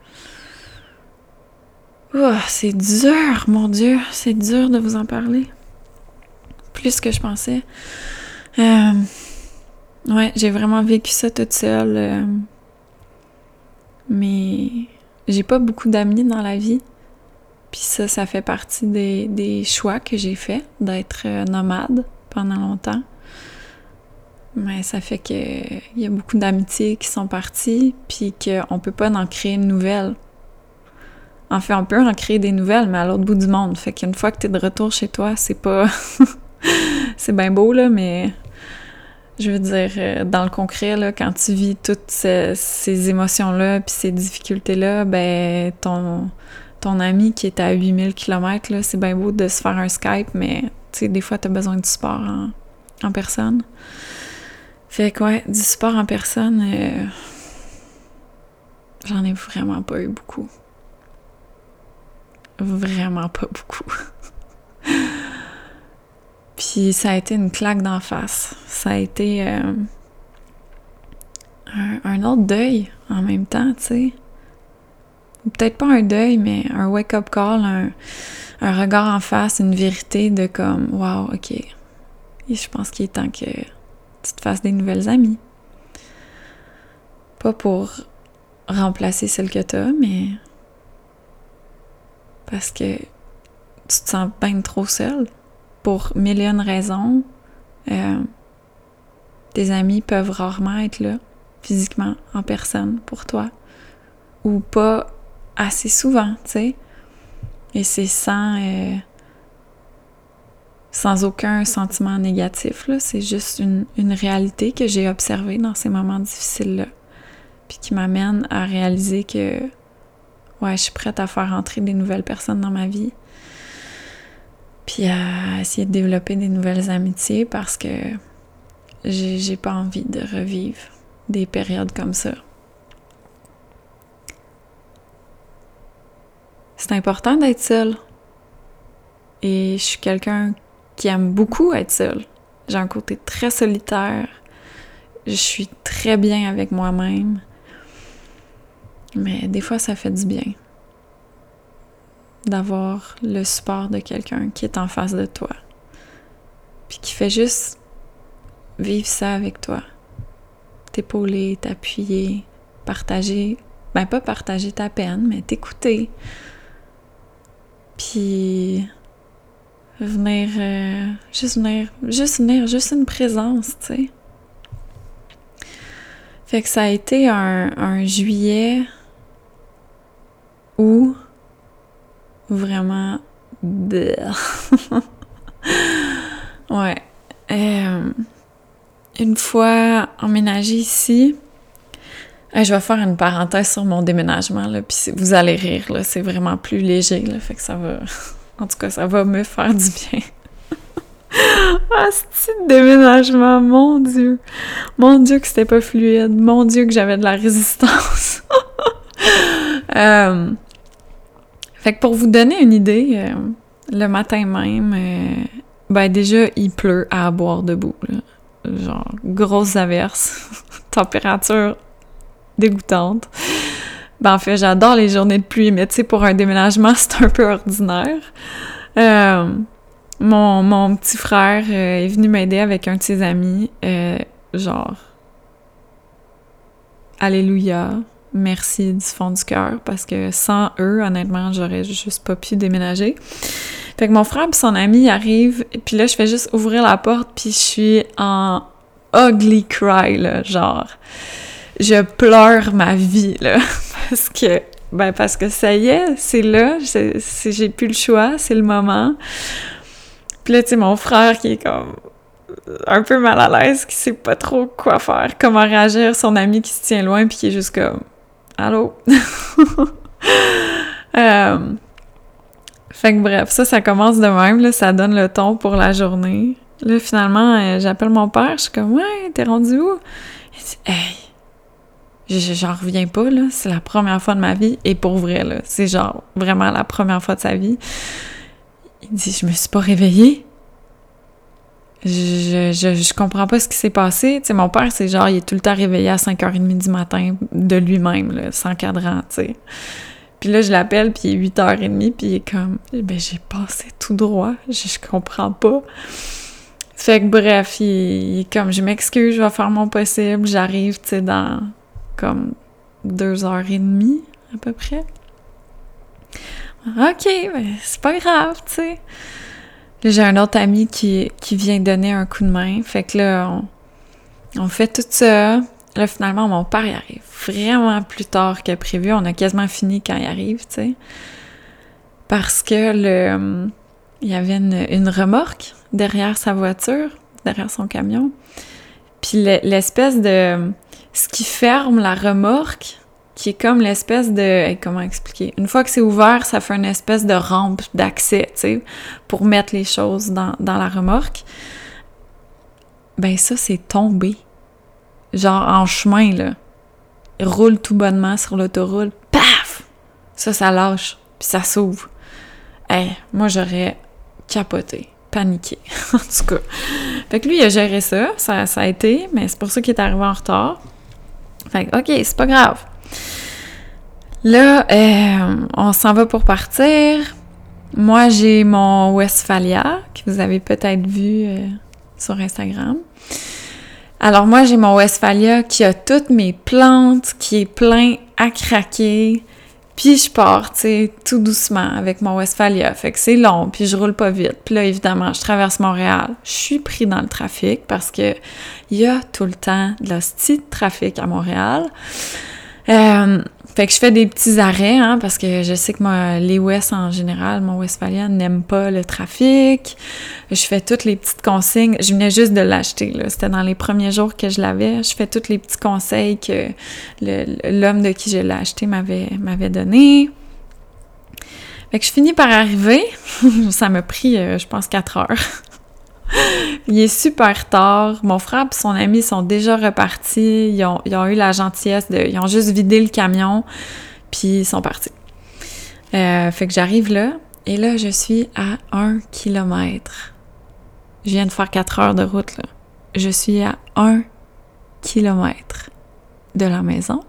Oh, c'est dur, mon Dieu, c'est dur de vous en parler. Plus que je pensais. Euh, ouais, j'ai vraiment vécu ça toute seule. Euh, mais j'ai pas beaucoup d'amis dans la vie. Puis ça, ça fait partie des, des choix que j'ai fait d'être euh, nomade pendant longtemps. Mais ça fait que il y a beaucoup d'amitiés qui sont parties, puis qu'on peut pas en créer une nouvelle. En fait, on peut en créer des nouvelles, mais à l'autre bout du monde. Fait qu'une fois que t'es de retour chez toi, c'est pas... c'est bien beau, là, mais... Je veux dire, dans le concret, là, quand tu vis toutes ces, ces émotions-là puis ces difficultés-là, ben, ton, ton ami qui est à huit mille kilomètres, là, c'est bien beau de se faire un Skype, mais, tu sais, des fois, t'as besoin du support en, en personne. Fait que, ouais, du support en personne, euh, j'en ai vraiment pas eu beaucoup. Vraiment pas beaucoup. Puis ça a été une claque d'en face. Ça a été euh, un, un autre deuil en même temps, tu sais. Ou peut-être pas un deuil, mais un wake-up call, un, un regard en face, une vérité de comme, wow, ok. Et je pense qu'il est temps que tu te fasses des nouvelles amies. Pas pour remplacer celle que t'as, mais parce que tu te sens bien trop seule. Pour mille et une raisons, euh, tes amis peuvent rarement être là, physiquement, en personne, pour toi. Ou pas assez souvent, tu sais. Et c'est sans, euh, sans aucun sentiment négatif, là. C'est juste une, une réalité que j'ai observée dans ces moments difficiles-là. Puis qui m'amène à réaliser que, ouais, je suis prête à faire entrer des nouvelles personnes dans ma vie. Puis à essayer de développer des nouvelles amitiés parce que j'ai, j'ai pas envie de revivre des périodes comme ça. C'est important d'être seule. Et je suis quelqu'un qui aime beaucoup être seule. J'ai un côté très solitaire. Je suis très bien avec moi-même. Mais des fois, ça fait du bien d'avoir le support de quelqu'un qui est en face de toi. Puis qui fait juste vivre ça avec toi. T'épauler, t'appuyer, partager, ben pas partager ta peine, mais t'écouter. Puis venir, euh, juste venir, juste venir, juste une présence, tu sais. Fait que ça a été un, un juillet où vraiment... ouais. Euh, une fois emménagée ici, euh, je vais faire une parenthèse sur mon déménagement, là, puis vous allez rire, là, c'est vraiment plus léger, là, fait que ça va... En tout cas, ça va me faire du bien. Ah, ce petit déménagement, mon Dieu! Mon Dieu que c'était pas fluide, mon Dieu que j'avais de la résistance! euh... Fait que pour vous donner une idée, euh, le matin même, euh, ben déjà, il pleut à boire debout, là. Genre, grosses averses, température dégoûtante. Ben en fait, j'adore les journées de pluie, mais tu sais, pour un déménagement, c'est un peu ordinaire. Euh, mon, mon petit frère euh, est venu m'aider avec un de ses amis, euh, genre, alléluia, merci du fond du cœur, parce que sans eux, honnêtement, j'aurais juste pas pu déménager. Fait que mon frère pis son ami arrivent, puis là, je fais juste ouvrir la porte, puis je suis en ugly cry, là, genre, je pleure ma vie, là, parce que, ben, parce que ça y est, c'est là, c'est, c'est, j'ai plus le choix, c'est le moment. Puis là, tu sais, mon frère qui est comme un peu mal à l'aise, qui sait pas trop quoi faire, comment réagir, son ami qui se tient loin puis qui est juste comme « Allô? » euh, Fait que bref, ça, ça commence de même, là, ça donne le ton pour la journée. Là, finalement, euh, j'appelle mon père, je suis comme « Ouais, t'es rendu où? » Il dit « Hey, j'en reviens pas, là, c'est la première fois de ma vie, et pour vrai, là, c'est genre vraiment la première fois de sa vie. » Il dit « Je me suis pas réveillée. Je, je, je comprends pas ce qui s'est passé. » Tu sais, mon père, c'est genre, il est tout le temps réveillé à cinq heures trente du matin de lui-même, là, sans cadran, tu sais. Puis là, je l'appelle, puis il est huit heures trente, puis il est comme « Ben, j'ai passé tout droit, je, je comprends pas. » Fait que bref, il, il est comme « Je m'excuse, je vais faire mon possible. » J'arrive, tu sais, dans comme deux heures trente, à peu près. OK, ben, c'est pas grave, tu sais. Là, j'ai un autre ami qui, qui vient donner un coup de main. Fait que là, on, on fait tout ça. Là, finalement, mon père, il arrive vraiment plus tard que prévu. On a quasiment fini quand il arrive, tu sais. Parce que le, il y avait une, une remorque derrière sa voiture, derrière son camion. Puis le, l'espèce de... Ce qui ferme la remorque, qui est comme l'espèce de... Comment expliquer? Une fois que c'est ouvert, ça fait une espèce de rampe d'accès, tu sais, pour mettre les choses dans, dans la remorque. Ben ça, c'est tombé. Genre en chemin, là. Il roule tout bonnement sur l'autoroute. Paf! Ça, ça lâche. Puis ça s'ouvre. Hey, moi, j'aurais capoté. Paniqué. En tout cas. Fait que lui, il a géré ça. Ça, ça a été. Mais c'est pour ça qu'il est arrivé en retard. Fait que, OK, c'est pas grave. Là, euh, on s'en va pour partir. Moi, j'ai mon Westphalia, que vous avez peut-être vu euh, sur Instagram. Alors moi, j'ai mon Westphalia qui a toutes mes plantes, qui est plein à craquer. Puis je pars, tu sais, tout doucement avec mon Westphalia. Fait que c'est long, puis je roule pas vite. Puis là, évidemment, je traverse Montréal. Je suis pris dans le trafic parce que il y a tout le temps de l'hostie de trafic à Montréal. Euh, fait que je fais des petits arrêts, hein, parce que je sais que moi, les West en général, mon Westphalia n'aime pas le trafic. Je fais toutes les petites consignes. Je venais juste de l'acheter, là. C'était dans les premiers jours que je l'avais. Je fais tous les petits conseils que le, l'homme de qui je l'ai acheté m'avait, m'avait donné. Fait que je finis par arriver. Ça m'a pris, euh, je pense, quatre heures. Il est super tard. Mon frère et son ami sont déjà repartis. Ils ont, ils ont eu la gentillesse de... Ils ont juste vidé le camion, puis ils sont partis. Euh, fait que j'arrive là, et là, je suis à un kilomètre. Je viens de faire quatre heures de route, là. Je suis à un kilomètre de la maison.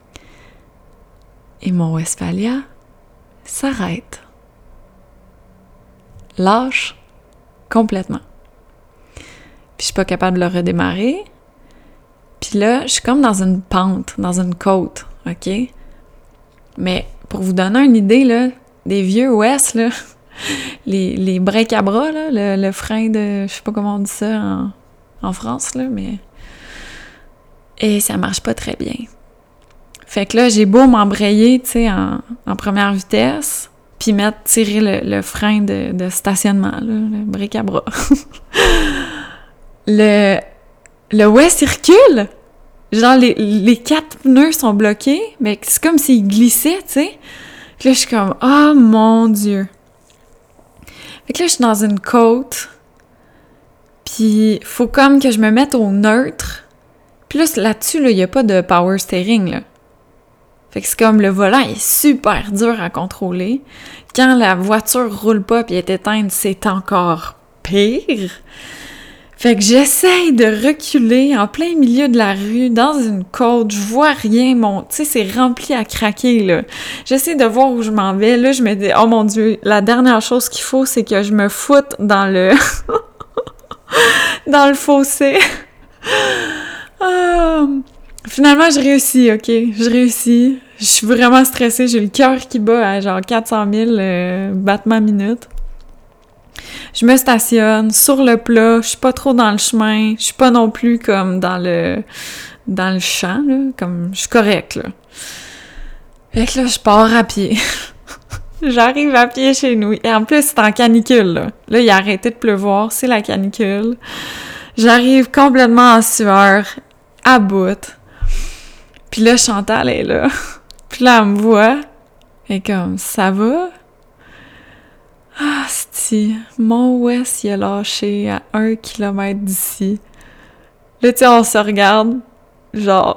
Et mon Westphalia s'arrête. Lâche complètement. Puis je suis pas capable de le redémarrer. Puis là, je suis comme dans une pente, dans une côte, OK? Mais pour vous donner une idée, là, des vieux West, là, les, les breaks à bras, là, le, le frein de... Je sais pas comment on dit ça en, en France, là, mais... Et ça marche pas très bien. Fait que là, j'ai beau m'embrayer, tu sais, en, en première vitesse, puis mettre, tirer le, le frein de, de stationnement, là, le break à bras. Le, le West, il recule! Genre, les, les quatre pneus sont bloqués, mais c'est comme s'ils glissaient, tu sais. Puis là, je suis comme, oh mon Dieu! Fait que là, je suis dans une côte, puis faut comme que je me mette au neutre. Puis là, là-dessus, là, il n'y a pas de power steering, là. Fait que c'est comme, le volant est super dur à contrôler. Quand la voiture roule pas puis est éteinte, c'est encore pire. Fait que j'essaye de reculer en plein milieu de la rue, dans une côte, je vois rien, mon, tu sais, c'est rempli à craquer, là. J'essaie de voir où je m'en vais, là, je me dis, oh mon Dieu, la dernière chose qu'il faut, c'est que je me foute dans le... dans le fossé. Ah. Finalement, je réussis, OK, je réussis. Je suis vraiment stressée, j'ai le cœur qui bat à genre quatre cent mille euh, battements minutes. Je me stationne sur le plat, je suis pas trop dans le chemin, je suis pas non plus comme dans le dans le champ, là, comme je suis correcte, là. Fait que là, je pars à pied. J'arrive à pied chez nous. Et en plus, c'est en canicule, là. Là, il a arrêté de pleuvoir, c'est la canicule. J'arrive complètement en sueur, à bout. Puis là, Chantal est là. Puis là, elle me voit. Elle est comme, ça va? Ah, c'ti, mon Wes, il a lâché à un kilomètre d'ici. Là, tu sais, on se regarde, genre,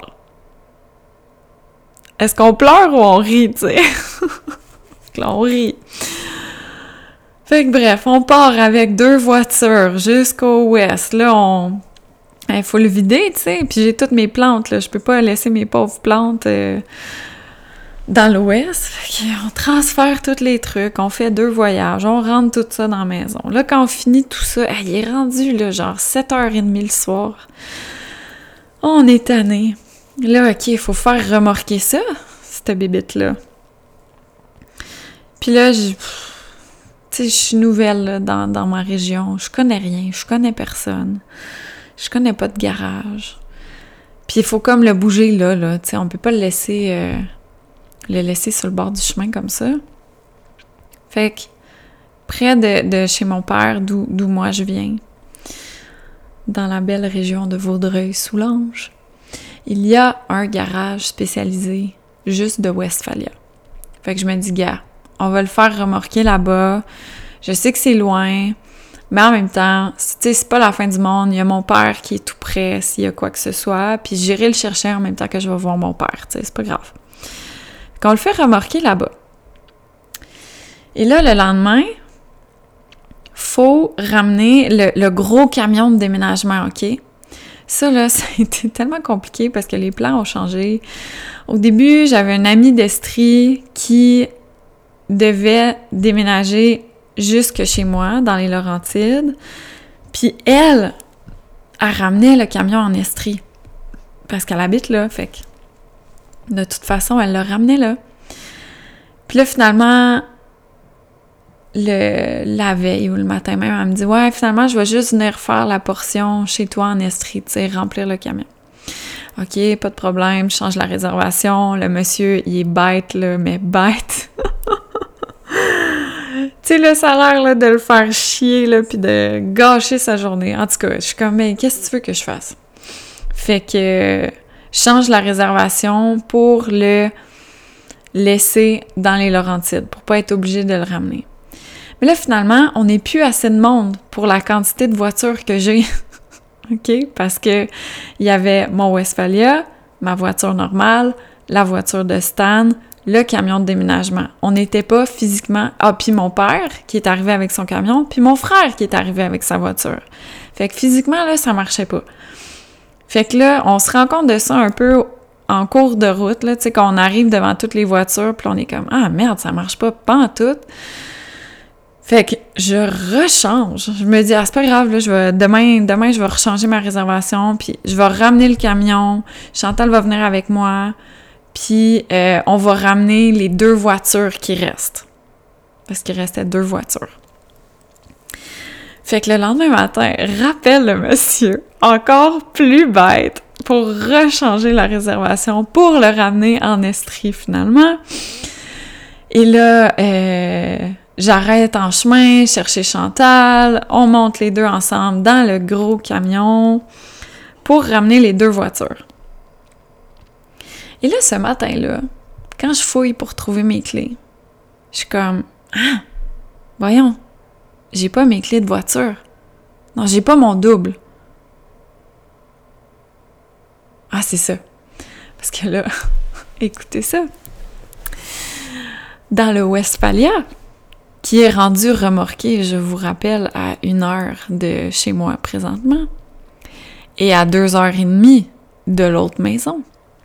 est-ce qu'on pleure ou on rit, tu sais? Là, on rit. Fait que bref, on part avec deux voitures jusqu'au ouest. Là, on... il faut le vider, tu sais. Puis j'ai toutes mes plantes, là. Je peux pas laisser mes pauvres plantes euh, dans l'ouest. Fait qu'on transfère tous les trucs. On fait deux voyages. On rentre tout ça dans la maison. Là, quand on finit tout ça, hey, il est rendu, là, genre sept heures trente le soir. On est tanné. Là, OK, il faut faire remorquer ça, cette bébite-là. Puis là, je... tu sais, je suis nouvelle là, dans, dans ma région. Je connais rien. Je connais personne. Je connais pas de garage. Puis il faut comme le bouger là, là. Tu sais, on peut pas le laisser... Euh, le laisser sur le bord du chemin comme ça. Fait que, près de, de chez mon père, d'où, d'où moi je viens, dans la belle région de Vaudreuil-Soulanges, il y a un garage spécialisé juste de Westphalia. Fait que je me dis, gars, on va le faire remorquer là-bas. Je sais que c'est loin, mais en même temps, tu sais, c'est pas la fin du monde. Il y a mon père qui est tout près s'il y a quoi que ce soit, puis j'irai le chercher en même temps que je vais voir mon père, tu sais, c'est pas grave. Fait qu'on le fait remorquer là-bas. Et là, le lendemain, faut ramener le, le gros camion de déménagement, OK? Ça, là, ça a été tellement compliqué parce que les plans ont changé. Au début, j'avais une amie d'Estrie qui devait déménager jusque chez moi, dans les Laurentides. Puis elle, elle ramenait le camion en Estrie. Parce qu'elle habite là, fait que de toute façon, elle le ramenait là. Puis là, finalement, le, la veille ou le matin même, elle me dit « Ouais, finalement, je vais juste venir faire la portion chez toi en Estrie, tu sais, remplir le camion. » OK, pas de problème, je change la réservation. Le monsieur, il est bête, là, mais bête. Tu sais, là, ça a l'air là, de le faire chier, là, puis de gâcher sa journée. En tout cas, je suis comme « Mais qu'est-ce que tu veux que je fasse? » Fait que je change la réservation pour le laisser dans les Laurentides, pour pas être obligé de le ramener. Mais là, finalement, on n'est plus assez de monde pour la quantité de voitures que j'ai. OK? Parce que il y avait mon Westphalia, ma voiture normale, la voiture de Stan, le camion de déménagement. On n'était pas physiquement... Ah, puis mon père qui est arrivé avec son camion, puis mon frère qui est arrivé avec sa voiture. Fait que physiquement, là, ça marchait pas. Fait que là, on se rend compte de ça un peu en cours de route, là, tu sais, quand on arrive devant toutes les voitures, puis on est comme « Ah, merde, ça marche pas, pas en tout. » Fait que je rechange. Je me dis, ah, c'est pas grave, là, je vais, demain, demain, je vais rechanger ma réservation, puis je vais ramener le camion. Chantal va venir avec moi, puis euh, on va ramener les deux voitures qui restent. Parce qu'il restait deux voitures. Fait que le lendemain matin, rappelle le monsieur, encore plus bête, pour rechanger la réservation, pour le ramener en Estrie, finalement. Et là, euh... j'arrête en chemin, chercher Chantal, on monte les deux ensemble dans le gros camion pour ramener les deux voitures. Et là, ce matin-là, quand je fouille pour trouver mes clés, je suis comme « Ah! Voyons, j'ai pas mes clés de voiture. Non, j'ai pas mon double. » Ah, c'est ça. Parce que là, écoutez ça. Dans le Westphalia, qui est rendu remorqué, je vous rappelle, à une heure de chez moi présentement, et à deux heures et demie de l'autre maison.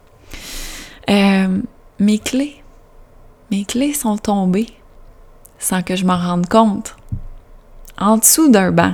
Euh, mes clés, mes clés sont tombées sans que je m'en rende compte, en dessous d'un banc.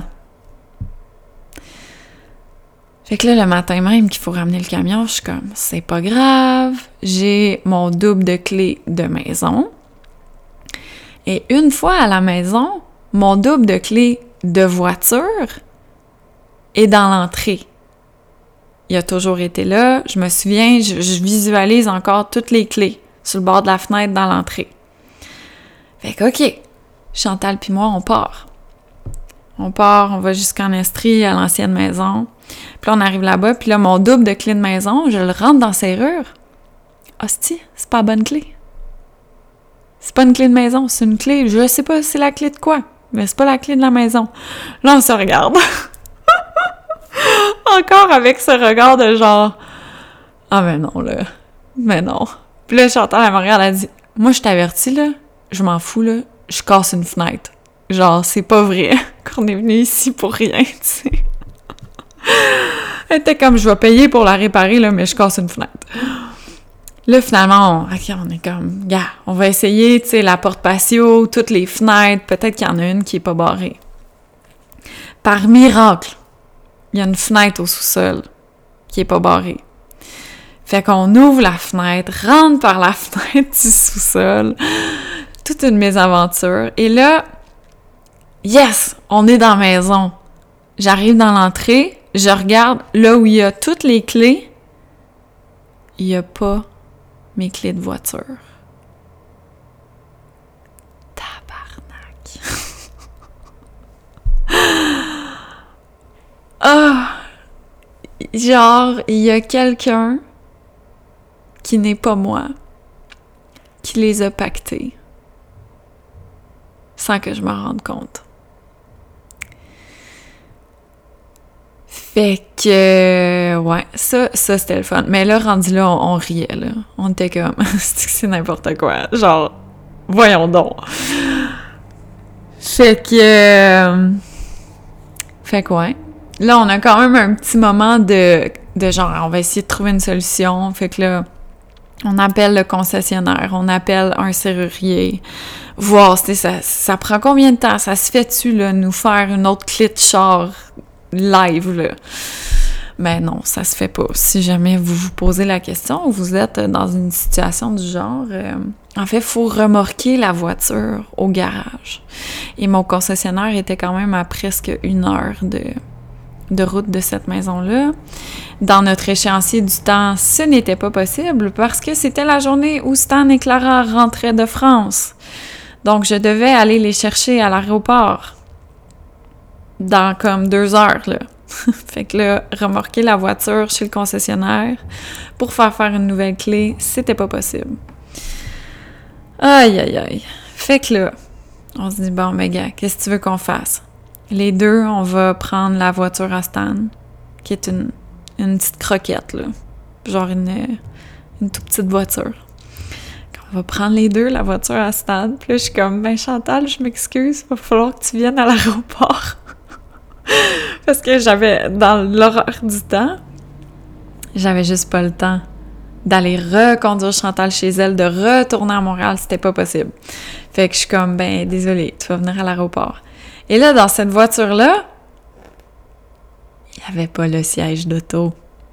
Fait que là, le matin même qu'il faut ramener le camion, je suis comme, c'est pas grave, j'ai mon double de clés de maison. Et une fois à la maison, mon double de clés de voiture est dans l'entrée. Il a toujours été là. Je me souviens, je, je visualise encore toutes les clés sur le bord de la fenêtre dans l'entrée. Fait que, OK, Chantal puis moi, on part. On part, on va jusqu'en Estrie, à l'ancienne maison. Puis là, on arrive là-bas, puis là, mon double de clé de maison, je le rentre dans la serrure. Hostie, c'est pas la bonne clé. C'est pas une clé de maison, c'est une clé, je sais pas c'est la clé de quoi, mais c'est pas la clé de la maison. Là, on se regarde. Encore avec ce regard de genre, ah, mais non, là. Mais non. Puis là, Chantal, elle me regarde, elle dit, moi, je t'avertis, là, je m'en fous, là, je casse une fenêtre. Genre, c'est pas vrai qu'on est venu ici pour rien, tu sais. Elle était comme, je vais payer pour la réparer, là, mais je casse une fenêtre. Là, finalement, on, OK, on est comme, gars, on va essayer, tu sais, la porte patio, toutes les fenêtres, peut-être qu'il y en a une qui est pas barrée. Par miracle, il y a une fenêtre au sous-sol qui est pas barrée. Fait qu'on ouvre la fenêtre, rentre par la fenêtre du sous-sol, toute une mésaventure. Et là, yes, on est dans la maison. J'arrive dans l'entrée, je regarde là où il y a toutes les clés, il n'y a pas mes clés de voiture. Tabarnak. Ah! Genre, il y a quelqu'un qui n'est pas moi qui les a pactés sans que je m'en rende compte. Fait que, ouais, ça, ça c'était le fun. Mais là, rendu là, on, on riait, là. On était comme, c'est que c'est n'importe quoi. Genre, voyons donc. Fait que, euh, fait que, ouais. Là, on a quand même un petit moment de, de genre, on va essayer de trouver une solution. Fait que là, on appelle le concessionnaire, on appelle un serrurier, voir, tu sais, ça, ça prend combien de temps? Ça se fait-tu, là, nous faire une autre clé de char live, là? Mais non, ça se fait pas. Si jamais vous vous posez la question, vous êtes dans une situation du genre, euh, en fait, il faut remorquer la voiture au garage. Et mon concessionnaire était quand même à presque une heure de... de route de cette maison-là. Dans notre échéancier du temps, ce n'était pas possible parce que c'était la journée où Stan et Clara rentraient de France. Donc, je devais aller les chercher à l'aéroport dans comme deux heures, là. Fait que là, remorquer la voiture chez le concessionnaire pour faire faire une nouvelle clé, c'était pas possible. Aïe, aïe, aïe. Fait que là, on se dit, bon, mais gars, qu'est-ce que tu veux qu'on fasse? Les deux, on va prendre la voiture à Stan, qui est une, une petite croquette, là. Genre une, une toute petite voiture. On va prendre les deux, la voiture à Stan. Puis là, je suis comme, ben Chantal, je m'excuse, il va falloir que tu viennes à l'aéroport. Parce que j'avais, dans l'horreur du temps, j'avais juste pas le temps d'aller reconduire Chantal chez elle, de retourner à Montréal, c'était pas possible. Fait que je suis comme, ben désolée, tu vas venir à l'aéroport. Et là, dans cette voiture-là, il n'y avait pas le siège d'auto.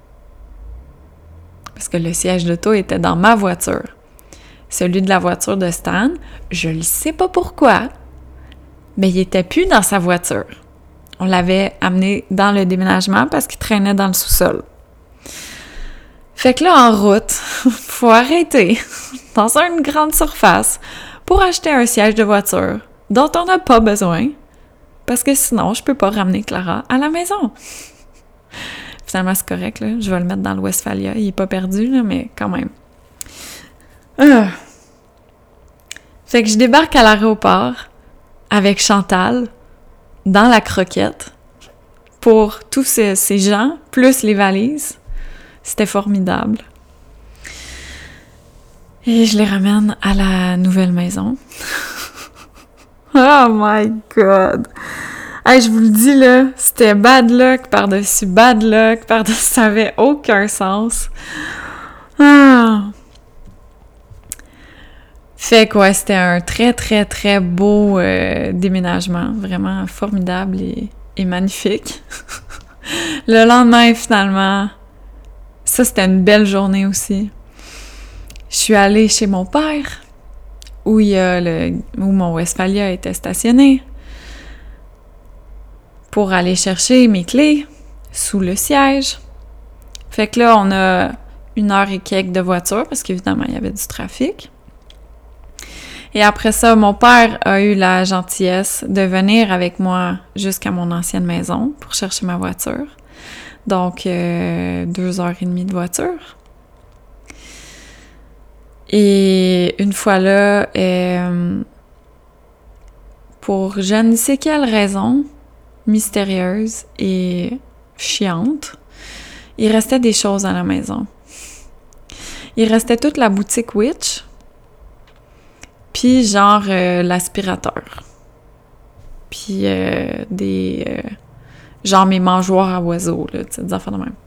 Parce que le siège d'auto était dans ma voiture. Celui de la voiture de Stan, je ne sais pas pourquoi, mais il n'était plus dans sa voiture. On l'avait amené dans le déménagement parce qu'il traînait dans le sous-sol. Fait que là, en route, faut arrêter dans une grande surface pour acheter un siège de voiture dont on n'a pas besoin. Parce que sinon, je peux pas ramener Clara à la maison. Finalement, c'est correct, là. Je vais le mettre dans le Westphalia. Il est pas perdu, là, mais quand même. Ah. Fait que je débarque à l'aéroport avec Chantal dans la croquette pour tous ces, ces gens, plus les valises. C'était formidable. Et je les ramène à la nouvelle maison. Oh my God! Hey, je vous le dis, là, c'était bad luck par-dessus bad luck par-dessus... Ça avait aucun sens. Ah. Fait que, ouais, c'était un très, très, très beau euh, déménagement. Vraiment formidable et, et magnifique. Le lendemain, finalement, ça, c'était une belle journée aussi. Je suis allée chez mon père, où il y a le où mon Westphalia était stationné, pour aller chercher mes clés sous le siège. Fait que là, on a une heure et quelques de voiture, parce qu'évidemment, il y avait du trafic. Et après ça, mon père a eu la gentillesse de venir avec moi jusqu'à mon ancienne maison pour chercher ma voiture. Donc, euh, deux heures et demie de voiture. Et une fois là, euh, pour je ne sais quelle raison mystérieuse et chiante, il restait des choses à la maison. Il restait toute la boutique Witch, puis genre euh, l'aspirateur, puis euh, des... Euh, genre mes mangeoires à oiseaux, là, tu sais, des affaires de même.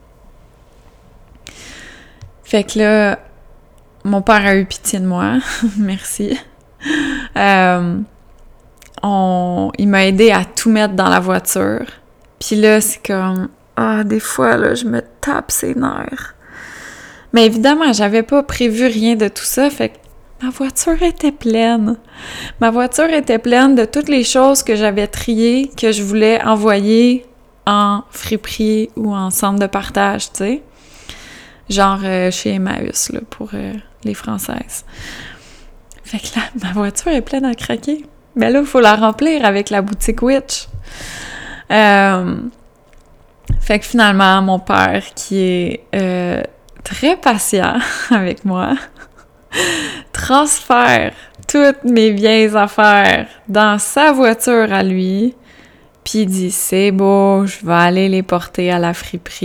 Fait que là, mon père a eu pitié de moi, merci. Euh, on, il m'a aidé à tout mettre dans la voiture, puis là, c'est comme... Ah, des fois, là, je me tape ses nerfs. Mais évidemment, j'avais pas prévu rien de tout ça, fait que ma voiture était pleine. Ma voiture était pleine de toutes les choses que j'avais triées, que je voulais envoyer en friperie ou en centre de partage, tu sais. Genre euh, chez Emmaüs, là, pour euh, les Françaises. Fait que là, ma voiture est pleine à craquer. Mais là, il faut la remplir avec la boutique Witch. Euh... Fait que finalement, mon père, qui est euh, très patient avec moi, transfère toutes mes vieilles affaires dans sa voiture à lui, puis il dit « C'est beau, je vais aller les porter à la friperie. »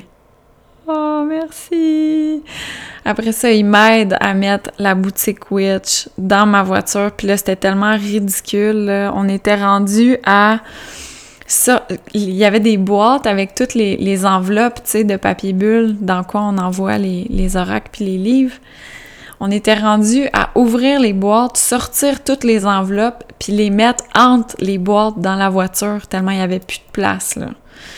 Oh, merci! Après ça, il m'aide à mettre la boutique Witch dans ma voiture, puis là, c'était tellement ridicule, là. On était rendu à... Ça, il y avait des boîtes avec toutes les, les enveloppes, tu sais, de papier bulle dans quoi on envoie les, les oracles puis les livres. On était rendu à ouvrir les boîtes, sortir toutes les enveloppes puis les mettre entre les boîtes dans la voiture tellement il y avait plus de place, là.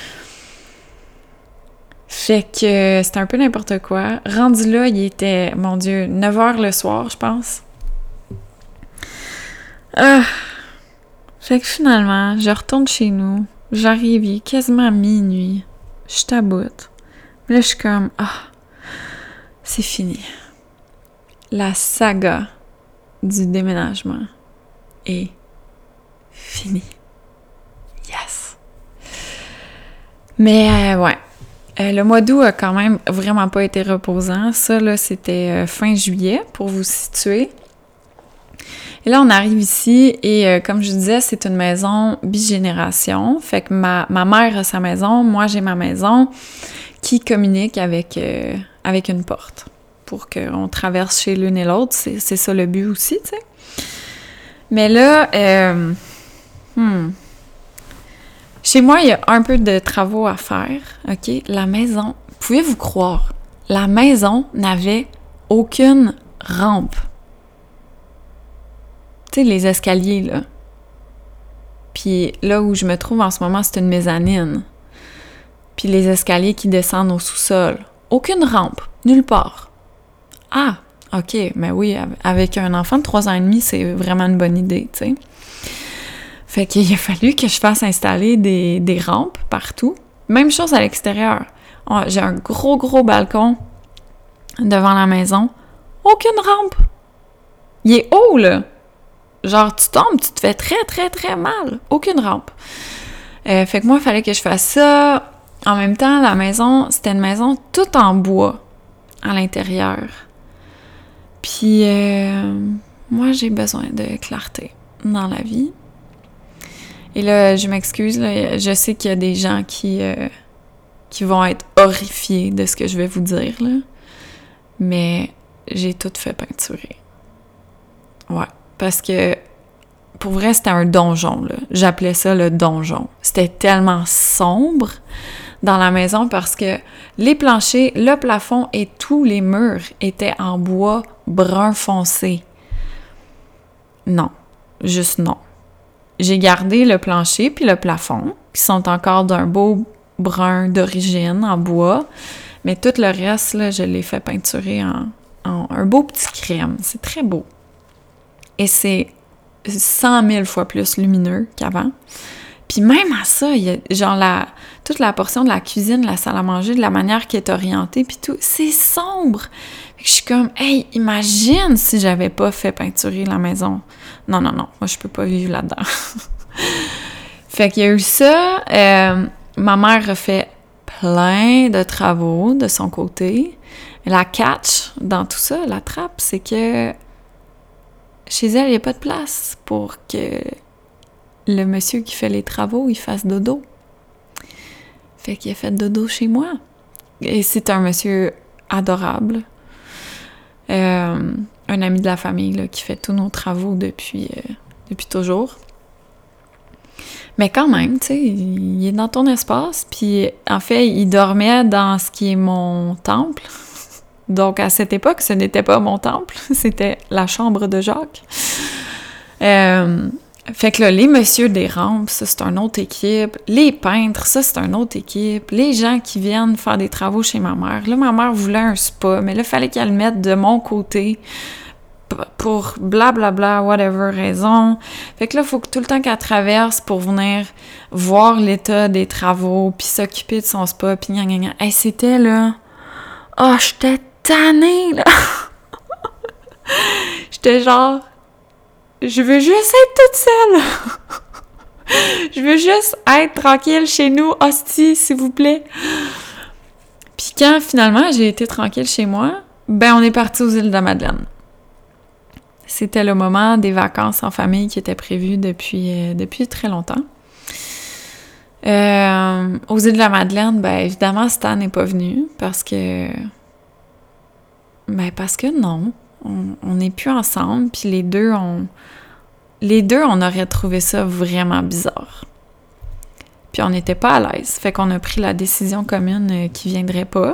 Fait que c'était un peu n'importe quoi. Rendu là, il était, mon Dieu, neuf heures le soir, je pense. Ah... Fait que finalement, je retourne chez nous. J'arrive, il est quasiment minuit. Je taboute. Mais là, je suis comme, ah, c'est fini. La saga du déménagement est finie. Yes! Mais, euh, ouais. Euh, le mois d'août a quand même vraiment pas été reposant. Ça, là, c'était euh, fin juillet, pour vous situer. Et là, on arrive ici et euh, comme je disais, c'est une maison bigénération. Fait que ma, ma mère a sa maison, moi j'ai ma maison qui communique avec, euh, avec une porte pour qu'on traverse chez l'une et l'autre. C'est, c'est ça le but aussi, tu sais. Mais là, euh, hmm, chez moi, il y a un peu de travaux à faire, OK? La maison, pouvez-vous croire, la maison n'avait aucune rampe. Tu sais, les escaliers, là. Puis là où je me trouve en ce moment, c'est une mezzanine. Puis les escaliers qui descendent au sous-sol. Aucune rampe, nulle part. Ah, OK, mais oui, avec un enfant de trois ans et demi, c'est vraiment une bonne idée, tu sais. Fait qu'il a fallu que je fasse installer des, des rampes partout. Même chose à l'extérieur. J'ai un gros, gros balcon devant la maison. Aucune rampe. Il est haut, là. Genre, tu tombes, tu te fais très, très, très mal. Aucune rampe. Euh, fait que moi, il fallait que je fasse ça. En même temps, la maison, c'était une maison toute en bois à l'intérieur. Puis, euh, moi, j'ai besoin de clarté dans la vie. Et là, je m'excuse, là, je sais qu'il y a des gens qui, euh, qui vont être horrifiés de ce que je vais vous dire, là. Mais j'ai tout fait peinturer. Ouais. Parce que, pour vrai, c'était un donjon, là. J'appelais ça le donjon. C'était tellement sombre dans la maison parce que les planchers, le plafond et tous les murs étaient en bois brun foncé. Non. Juste non. J'ai gardé le plancher puis le plafond, qui sont encore d'un beau brun d'origine, en bois. Mais tout le reste, là, je l'ai fait peinturer en, en un beau petit crème. C'est très beau. Et c'est cent mille fois plus lumineux qu'avant. Puis même à ça, il y a genre la, toute la portion de la cuisine, la salle à manger, de la manière qui est orientée, puis tout, c'est sombre. Fait que je suis comme, hey, imagine si j'avais pas fait peinturer la maison. Non, non, non, moi, je peux pas vivre là-dedans. Fait qu'il y a eu ça. Euh, ma mère a fait plein de travaux de son côté. La catch dans tout ça, la trappe, c'est que chez elle, il n'y a pas de place pour que le monsieur qui fait les travaux, il fasse dodo. Fait qu'il a fait dodo chez moi. Et c'est un monsieur adorable. Euh, un ami de la famille là, qui fait tous nos travaux depuis, euh, depuis toujours. Mais quand même, tu sais, il est dans ton espace. Puis en fait, il dormait dans ce qui est mon temple. Donc à cette époque, ce n'était pas mon temple, c'était la chambre de Jacques. Euh, fait que là, les messieurs des rampes, ça c'est une autre équipe. Les peintres, ça c'est une autre équipe. Les gens qui viennent faire des travaux chez ma mère. Là, ma mère voulait un spa, mais là, il fallait qu'elle le mette de mon côté pour blablabla, bla, bla, whatever raison. Fait que là, il faut que tout le temps qu'elle traverse pour venir voir l'état des travaux, puis s'occuper de son spa, puis gna gna gna. Hey, c'était là... Ah, oh, j'étais tannée, là! J'étais genre... Je veux juste être toute seule! Je veux juste être tranquille chez nous, hostie, s'il vous plaît! Puis quand, finalement, j'ai été tranquille chez moi, ben, on est parti aux îles de la Madeleine. C'était le moment des vacances en famille qui était prévu depuis, euh, depuis très longtemps. Euh, aux îles de la Madeleine, ben, évidemment, Stan n'est pas venu parce que... Ben, parce que non. On n'est plus ensemble, puis les deux, on... Les deux, on aurait trouvé ça vraiment bizarre. Puis on n'était pas à l'aise. Fait qu'on a pris la décision commune euh, qu'il viendrait pas.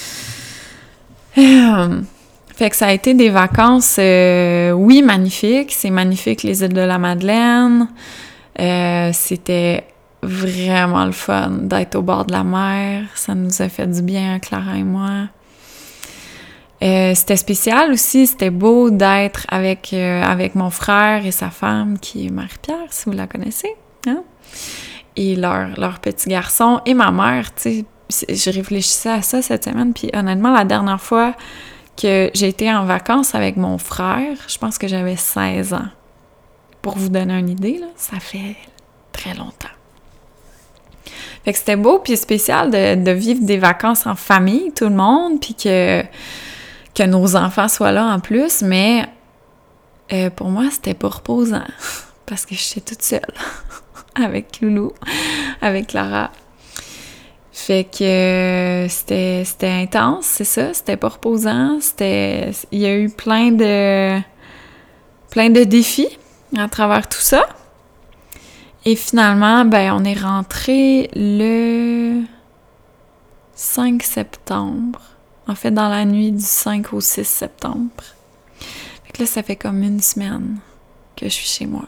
Euh... Fait que ça a été des vacances, euh, oui, magnifiques. C'est magnifique, les îles de la Madeleine. Euh, c'était vraiment le fun d'être au bord de la mer. Ça nous a fait du bien, Clara et moi. Euh, c'était spécial aussi. C'était beau d'être avec, euh, avec mon frère et sa femme, qui est Marie-Pierre, si vous la connaissez. Hein? Et leur, leur petit garçon. Et ma mère, tu sais. Je réfléchissais à ça cette semaine. Puis honnêtement, la dernière fois que j'ai été en vacances avec mon frère, je pense que j'avais seize ans. Pour vous donner une idée, là, ça fait très longtemps. Fait que c'était beau puis spécial de, de vivre des vacances en famille, tout le monde, puis que, que nos enfants soient là en plus, mais euh, pour moi, c'était pas reposant, parce que j'étais toute seule, avec Loulou, avec Clara. Fait que euh, c'était, c'était intense, c'est ça, c'était pas reposant, c'était... Il y a eu plein de... plein de défis à travers tout ça. Et finalement, ben, on est rentré le cinq septembre. En fait, dans la nuit du cinq au six septembre. Fait que là, ça fait comme une semaine que je suis chez moi.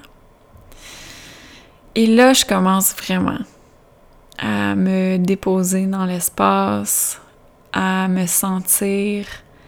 Et là, je commence vraiment à me déposer dans l'espace, à me sentir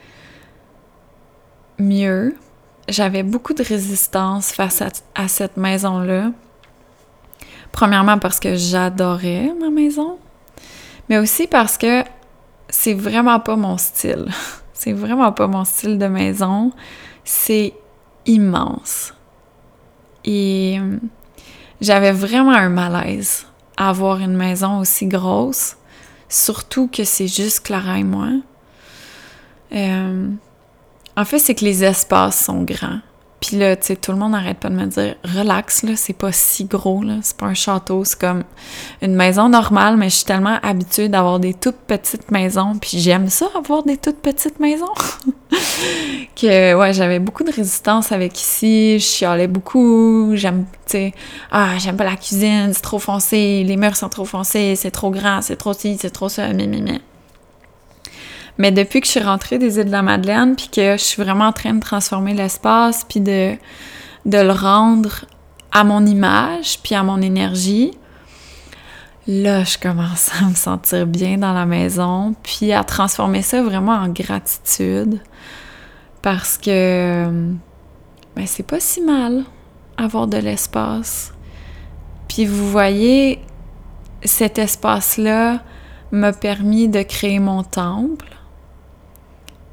mieux. J'avais beaucoup de résistance face à, à cette maison-là. Premièrement parce que j'adorais ma maison, mais aussi parce que c'est vraiment pas mon style. C'est vraiment pas mon style de maison. C'est immense. Et j'avais vraiment un malaise à avoir une maison aussi grosse, surtout que c'est juste Clara et moi. Euh, en fait, c'est que les espaces sont grands. Puis là, tu sais, tout le monde n'arrête pas de me dire « Relax, là, c'est pas si gros, là, c'est pas un château, c'est comme une maison normale, mais je suis tellement habituée d'avoir des toutes petites maisons, puis j'aime ça, avoir des toutes petites maisons! » Que, ouais, j'avais beaucoup de résistance avec ici, je chialais beaucoup, j'aime, tu sais, ah, j'aime pas la cuisine, c'est trop foncé, les murs sont trop foncés, c'est trop grand, c'est trop ci, c'est trop ça, mais, mais, mais. Mais depuis que je suis rentrée des îles de la Madeleine, puis que je suis vraiment en train de transformer l'espace, puis de, de le rendre à mon image, puis à mon énergie, là, je commence à me sentir bien dans la maison, puis à transformer ça vraiment en gratitude, parce que ben, c'est pas si mal avoir de l'espace. Puis vous voyez, cet espace-là m'a permis de créer mon temple,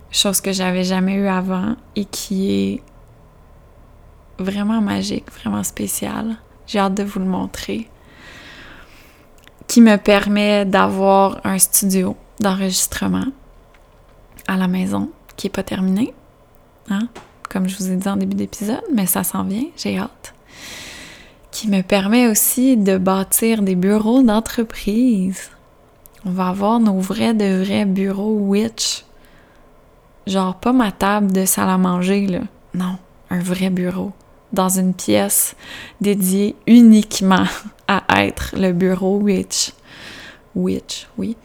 chose que j'avais jamais eue avant et qui est vraiment magique, vraiment spécial. J'ai hâte de vous le montrer. Qui me permet d'avoir un studio d'enregistrement à la maison qui n'est pas terminé, hein? Comme je vous ai dit en début d'épisode, mais ça s'en vient, j'ai hâte. Qui me permet aussi de bâtir des bureaux d'entreprise. On va avoir nos vrais de vrais bureaux witch. Genre pas ma table de salle à manger, là. Non, un vrai bureau. Dans une pièce dédiée uniquement à être le bureau witch. Witch, oui.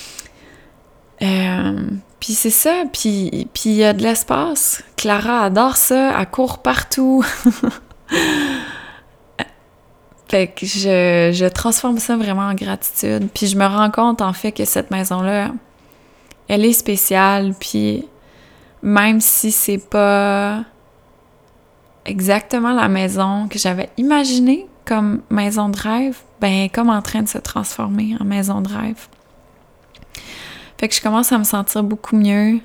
Euh, puis c'est ça, puis il y a de l'espace. Clara adore ça, elle court partout. Fait que je, je transforme ça vraiment en gratitude. Puis je me rends compte, en fait, que cette maison-là, elle est spéciale, puis même si c'est pas exactement la maison que j'avais imaginée comme maison de rêve, ben, elle est comme en train de se transformer en maison de rêve. Fait que je commence à me sentir beaucoup mieux,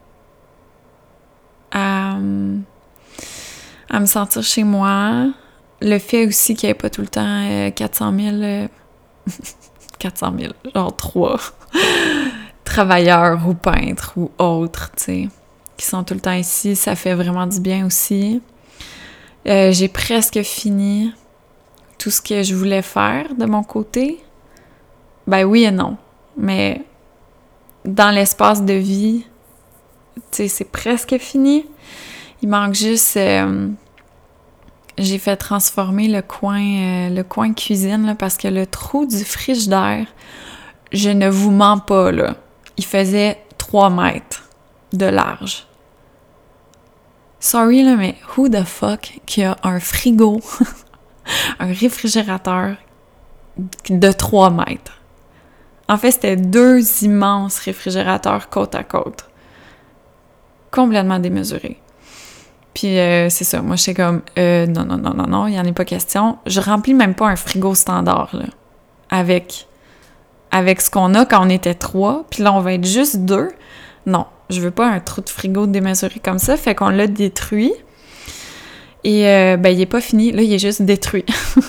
à, à me sentir chez moi. Le fait aussi qu'il n'y ait pas tout le temps euh, quatre cent mille, euh, quatre cent mille, genre trois travailleurs ou peintres ou autres, tu sais, qui sont tout le temps ici, ça fait vraiment du bien aussi. Euh, j'ai presque fini tout ce que je voulais faire de mon côté. Ben oui et non, mais dans l'espace de vie, tu sais, c'est presque fini. Il manque juste... Euh, j'ai fait transformer le coin, euh, le coin cuisine, là, parce que le trou du frigidaire, je ne vous mens pas, là, il faisait trois mètres de large. Sorry, là, mais who the fuck qui a un frigo, un réfrigérateur de trois mètres? En fait, c'était deux immenses réfrigérateurs côte à côte. Complètement démesurés. Puis euh, c'est ça, moi j'étais comme, euh, non, non, non, non, non, il n'y en a pas question. Je remplis même pas un frigo standard, là, avec, avec ce qu'on a quand on était trois, puis là on va être juste deux. Non, je veux pas un trou de frigo démesuré comme ça, fait qu'on l'a détruit. Et euh, ben il est pas fini, là il est juste détruit.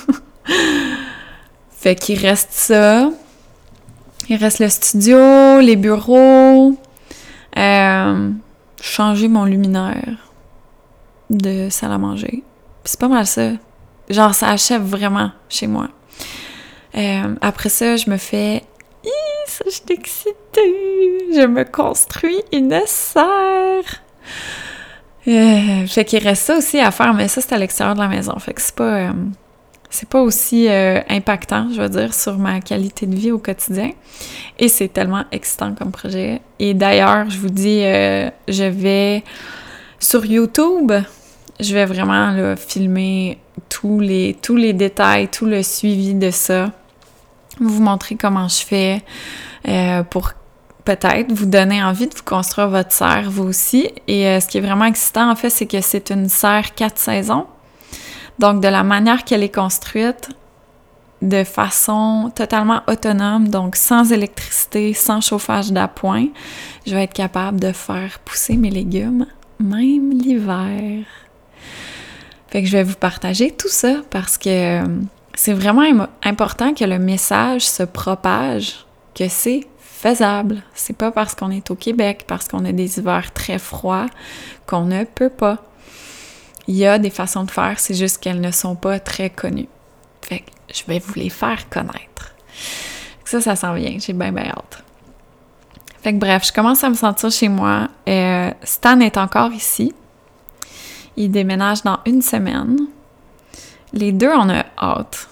Fait qu'il reste ça, il reste le studio, les bureaux, euh, changer mon luminaire de salle à manger. Puis c'est pas mal ça. Genre, ça achève vraiment chez moi. Euh, après ça, je me fais... Hi, ça, je suis excitée! Je me construis une serre! Euh, fait qu'il reste ça aussi à faire, mais ça, c'est à l'extérieur de la maison. Fait que c'est pas... Euh, c'est pas aussi euh, impactant, je veux dire, sur ma qualité de vie au quotidien. Et c'est tellement excitant comme projet. Et d'ailleurs, je vous dis, euh, je vais... Sur YouTube... Je vais vraiment là, filmer tous les, tous les détails, tout le suivi de ça. Vous montrer comment je fais euh, pour peut-être vous donner envie de vous construire votre serre, vous aussi. Et euh, ce qui est vraiment excitant, en fait, c'est que c'est une serre quatre saisons. Donc, de la manière qu'elle est construite, de façon totalement autonome, donc sans électricité, sans chauffage d'appoint, je vais être capable de faire pousser mes légumes, même l'hiver. Fait que je vais vous partager tout ça parce que c'est vraiment im- important que le message se propage, que c'est faisable. C'est pas parce qu'on est au Québec, parce qu'on a des hivers très froids, qu'on ne peut pas. Il y a des façons de faire, c'est juste qu'elles ne sont pas très connues. Fait que je vais vous les faire connaître. Ça, ça s'en vient. J'ai bien, bien hâte. Fait que bref, je commence à me sentir chez moi. Euh, Stan est encore ici. Il déménage dans une semaine. Les deux, on a hâte.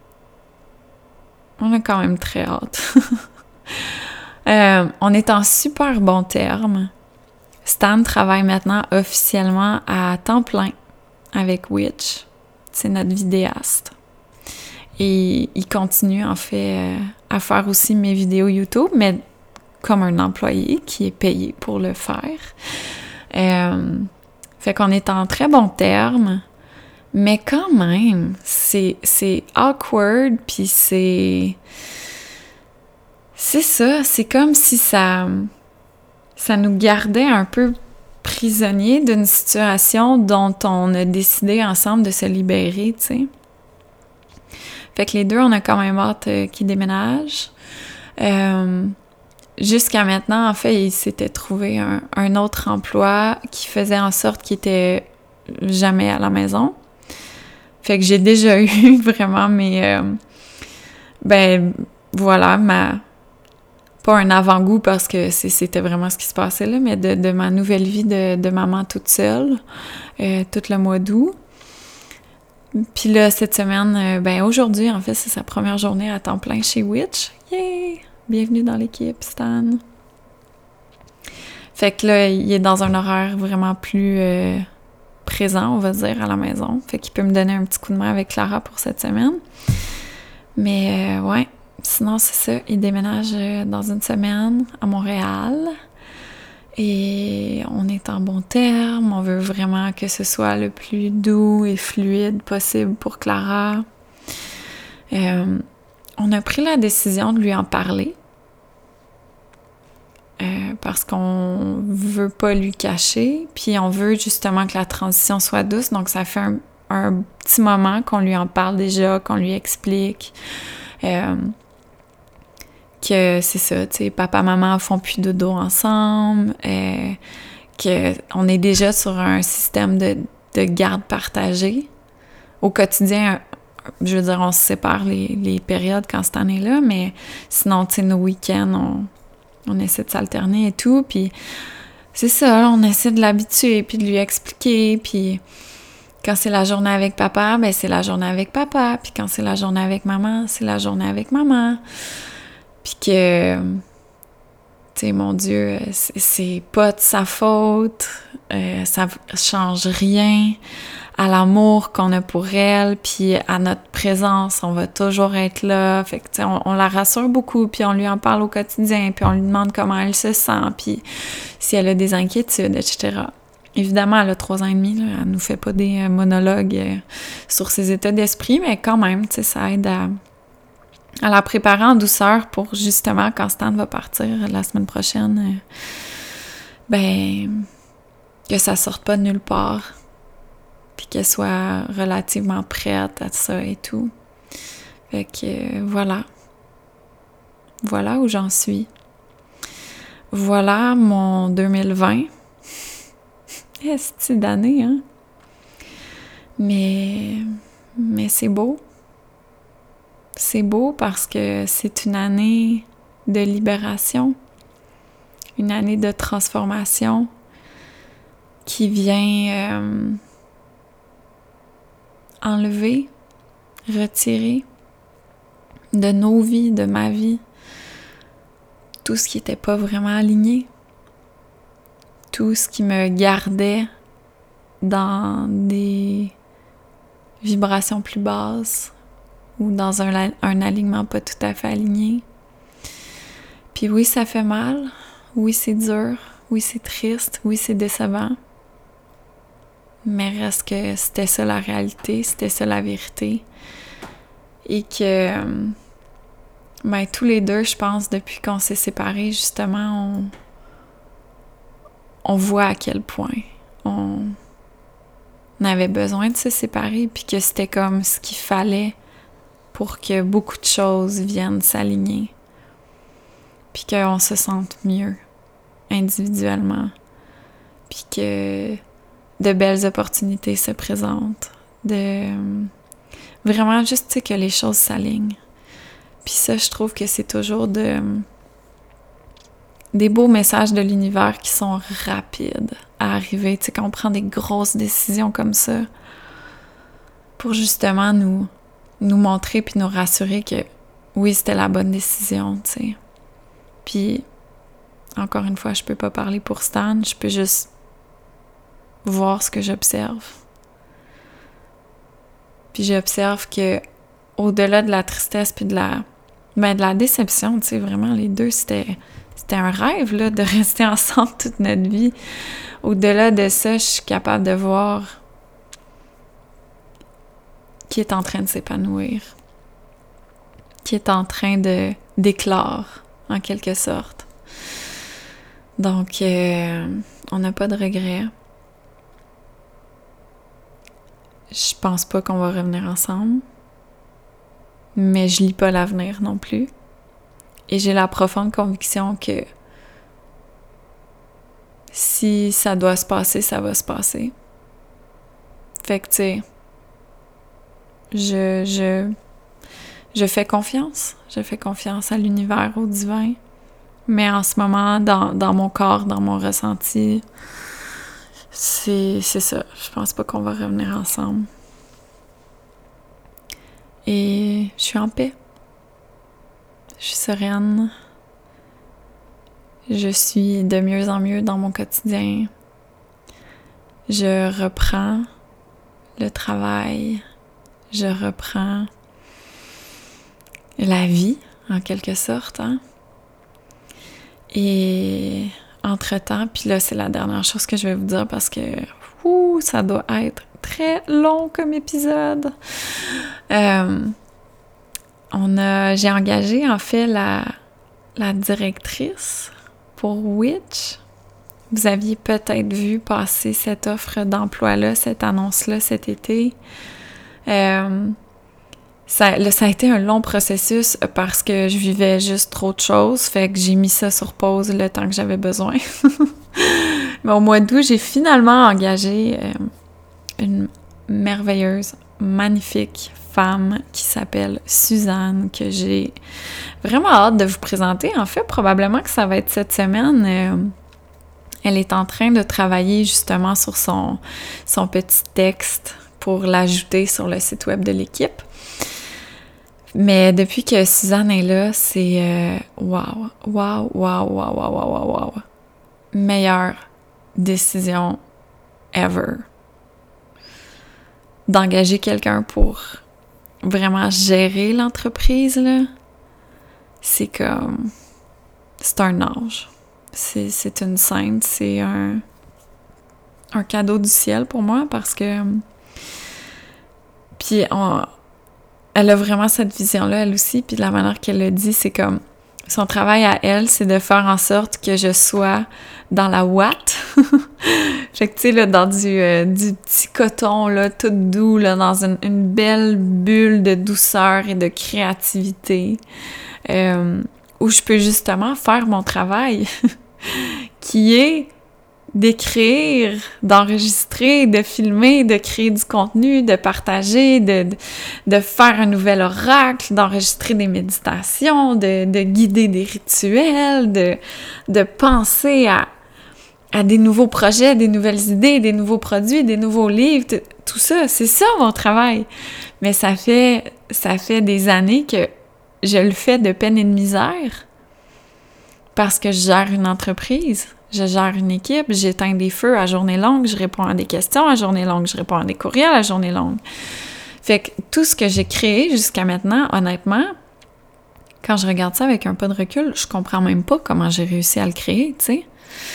On a quand même très hâte. euh, on est en super bons termes. Stan travaille maintenant officiellement à temps plein avec Witch. C'est notre vidéaste. Et il continue, en fait, à faire aussi mes vidéos YouTube, mais comme un employé qui est payé pour le faire. Euh... Fait qu'on est en très bons termes, mais quand même, c'est, c'est awkward, puis c'est... C'est ça, c'est comme si ça... ça nous gardait un peu prisonniers d'une situation dont on a décidé ensemble de se libérer, tu sais. Fait que les deux, on a quand même hâte euh, qu'ils déménagent. Euh, jusqu'à maintenant, en fait, il s'était trouvé un, un autre emploi qui faisait en sorte qu'il était jamais à la maison. Fait que j'ai déjà eu vraiment mes... Euh, ben, voilà, ma... Pas un avant-goût parce que c'est, c'était vraiment ce qui se passait là, mais de, de ma nouvelle vie de, de maman toute seule, euh, tout le mois d'août. Puis là, cette semaine, euh, ben aujourd'hui, en fait, c'est sa première journée à temps plein chez Witch. Yay! Bienvenue dans l'équipe, Stan! Fait que là, il est dans un horaire vraiment plus euh, présent, on va dire, à la maison. Fait qu'il peut me donner un petit coup de main avec Clara pour cette semaine. Mais euh, ouais, sinon, c'est ça. Il déménage euh, dans une semaine à Montréal. Et on est en bon terme. On veut vraiment que ce soit le plus doux et fluide possible pour Clara. Euh, on a pris la décision de lui en parler. Euh, parce qu'on veut pas lui cacher, puis on veut justement que la transition soit douce, donc ça fait un, un petit moment qu'on lui en parle déjà, qu'on lui explique euh, que c'est ça, tu sais, papa, maman font plus dodo ensemble, euh, qu'on est déjà sur un système de, de garde partagée. Au quotidien, je veux dire, on se sépare les, les périodes quand cette année-là, mais sinon, tu sais, nos week-ends, on On essaie de s'alterner et tout, puis c'est ça, on essaie de l'habituer, puis de lui expliquer, puis quand c'est la journée avec papa, ben c'est la journée avec papa, puis quand c'est la journée avec maman, c'est la journée avec maman, puis que, tu sais, mon Dieu, c'est, c'est pas de sa faute, euh, ça change rien à l'amour qu'on a pour elle, puis à notre présence, on va toujours être là. Fait que, tu sais, on, on la rassure beaucoup, puis on lui en parle au quotidien, puis on lui demande comment elle se sent, puis si elle a des inquiétudes, et cetera. Évidemment, elle a trois ans et demi, là, elle nous fait pas des monologues euh, sur ses états d'esprit, mais quand même, tu sais, ça aide à, à la préparer en douceur pour, justement, quand Stan va partir la semaine prochaine, euh, ben, que ça sorte pas de nulle part, puis qu'elle soit relativement prête à ça et tout. Fait que euh, voilà. Voilà où j'en suis. Voilà mon deux mille vingt. Est-ce d'année, hein? Mais, mais c'est beau. C'est beau parce que c'est une année de libération, une année de transformation qui vient... Euh, enlever, retirer de nos vies, de ma vie, tout ce qui n'était pas vraiment aligné, tout ce qui me gardait dans des vibrations plus basses ou dans un, un alignement pas tout à fait aligné. Puis oui, ça fait mal, oui, c'est dur, oui, c'est triste, oui, c'est décevant. Mais reste que c'était ça la réalité, c'était ça la vérité. Et que, ben, tous les deux, je pense, depuis qu'on s'est séparés, justement, on, on voit à quel point on avait besoin de se séparer, puis que c'était comme ce qu'il fallait pour que beaucoup de choses viennent s'aligner. Puis qu'on se sente mieux, individuellement. Puis que de belles opportunités se présentent, de vraiment juste, tu sais, que les choses s'alignent. Puis ça, je trouve que c'est toujours de des beaux messages de l'univers qui sont rapides à arriver, tu sais, quand on prend des grosses décisions comme ça, pour justement nous, nous montrer puis nous rassurer que oui, c'était la bonne décision, tu sais. Puis, encore une fois, je peux pas parler pour Stan, je peux juste voir ce que j'observe. Puis j'observe que au-delà de la tristesse puis de la ben de la déception, tu sais, vraiment les deux, c'était c'était un rêve là de rester ensemble toute notre vie. Au-delà de ça, je suis capable de voir qui est en train de s'épanouir, qui est en train de d'éclore en quelque sorte. Donc, euh, on n'a pas de regrets. Je pense pas qu'on va revenir ensemble. Mais je lis pas l'avenir non plus. Et j'ai la profonde conviction que si ça doit se passer, ça va se passer. Fait que, tu sais, je, je, je fais confiance. Je fais confiance à l'univers, au divin. Mais en ce moment, dans, dans mon corps, dans mon ressenti, c'est, c'est ça. Je pense pas qu'on va revenir ensemble. Et je suis en paix. Je suis sereine. Je suis de mieux en mieux dans mon quotidien. Je reprends le travail. Je reprends la vie, en quelque sorte. Hein? Et entre-temps, puis là, c'est la dernière chose que je vais vous dire parce que ouh, ça doit être très long comme épisode. Euh, on a, j'ai engagé en fait la, la directrice pour Witch. Vous aviez peut-être vu passer cette offre d'emploi-là, cette annonce-là cet été. Euh, ça, là, ça a été un long processus parce que je vivais juste trop de choses, fait que j'ai mis ça sur pause le temps que j'avais besoin. Mais au mois d'août, j'ai finalement engagé euh, une merveilleuse, magnifique femme qui s'appelle Suzanne, que j'ai vraiment hâte de vous présenter. En fait, probablement que ça va être cette semaine. Euh, elle est en train de travailler justement sur son, son petit texte pour l'ajouter sur le site web de l'équipe. Mais depuis que Suzanne est là, c'est euh, wow, wow, wow, wow, wow, wow, wow, wow. Meilleure décision ever. D'engager quelqu'un pour vraiment gérer l'entreprise, là, c'est comme... c'est un ange. C'est, c'est une sainte, c'est un, un cadeau du ciel pour moi parce que... Puis on, elle a vraiment cette vision-là, elle aussi, puis de la manière qu'elle le dit, c'est comme... Son travail à elle, c'est de faire en sorte que je sois dans la ouate. Fait que, tu sais, là, dans du, euh, du petit coton, là, tout doux, là, dans une, une belle bulle de douceur et de créativité, euh, où je peux justement faire mon travail, qui est d'écrire, d'enregistrer, de filmer, de créer du contenu, de partager, de, de, de faire un nouvel oracle, d'enregistrer des méditations, de, de guider des rituels, de, de penser à, à des nouveaux projets, des nouvelles idées, des nouveaux produits, des nouveaux livres, t- tout ça, c'est ça mon travail. Mais ça fait, ça fait des années que je le fais de peine et de misère parce que je gère une entreprise. Je gère une équipe, j'éteins des feux à journée longue, je réponds à des questions à journée longue, je réponds à des courriels à journée longue. Fait que tout ce que j'ai créé jusqu'à maintenant, honnêtement, quand je regarde ça avec un pas de recul, je comprends même pas comment j'ai réussi à le créer, tu sais.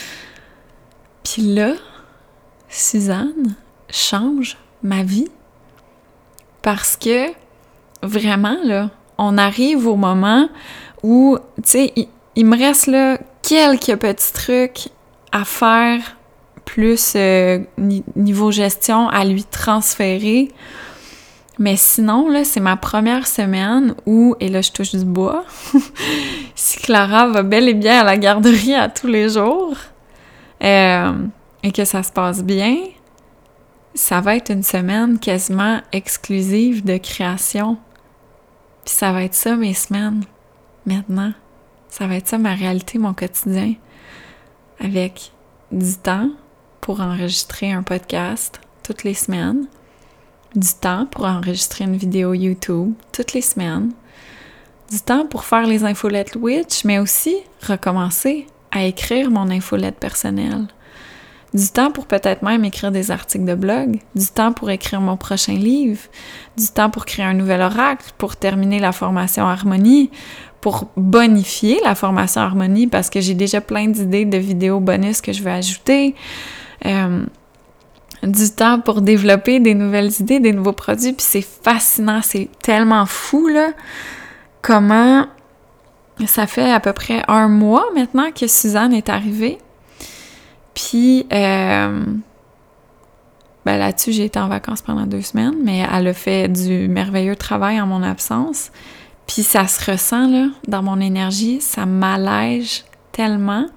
Puis là, Suzanne change ma vie parce que, vraiment, là, on arrive au moment où, tu sais, il, il me reste, là, quelques petits trucs à faire, plus euh, niveau gestion, à lui transférer. Mais sinon, là, c'est ma première semaine où, et là, je touche du bois, si Clara va bel et bien à la garderie à tous les jours, euh, et que ça se passe bien, ça va être une semaine quasiment exclusive de création. Puis ça va être ça, mes semaines, maintenant. Ça va être ça, ma réalité, mon quotidien, avec du temps pour enregistrer un podcast toutes les semaines, du temps pour enregistrer une vidéo YouTube toutes les semaines, du temps pour faire les infolettes Witch, mais aussi recommencer à écrire mon infolette personnelle, du temps pour peut-être même écrire des articles de blog, du temps pour écrire mon prochain livre, du temps pour créer un nouvel oracle, pour terminer la formation Harmonie, pour bonifier la formation Harmonie parce que j'ai déjà plein d'idées de vidéos bonus que je vais ajouter, euh, du temps pour développer des nouvelles idées, des nouveaux produits, puis c'est fascinant, c'est tellement fou, là, comment ça fait à peu près un mois maintenant que Suzanne est arrivée, Puis, euh, ben là-dessus, j'ai été en vacances pendant deux semaines, mais elle a fait du merveilleux travail en mon absence. Puis ça se ressent, là, dans mon énergie. Ça m'allège tellement.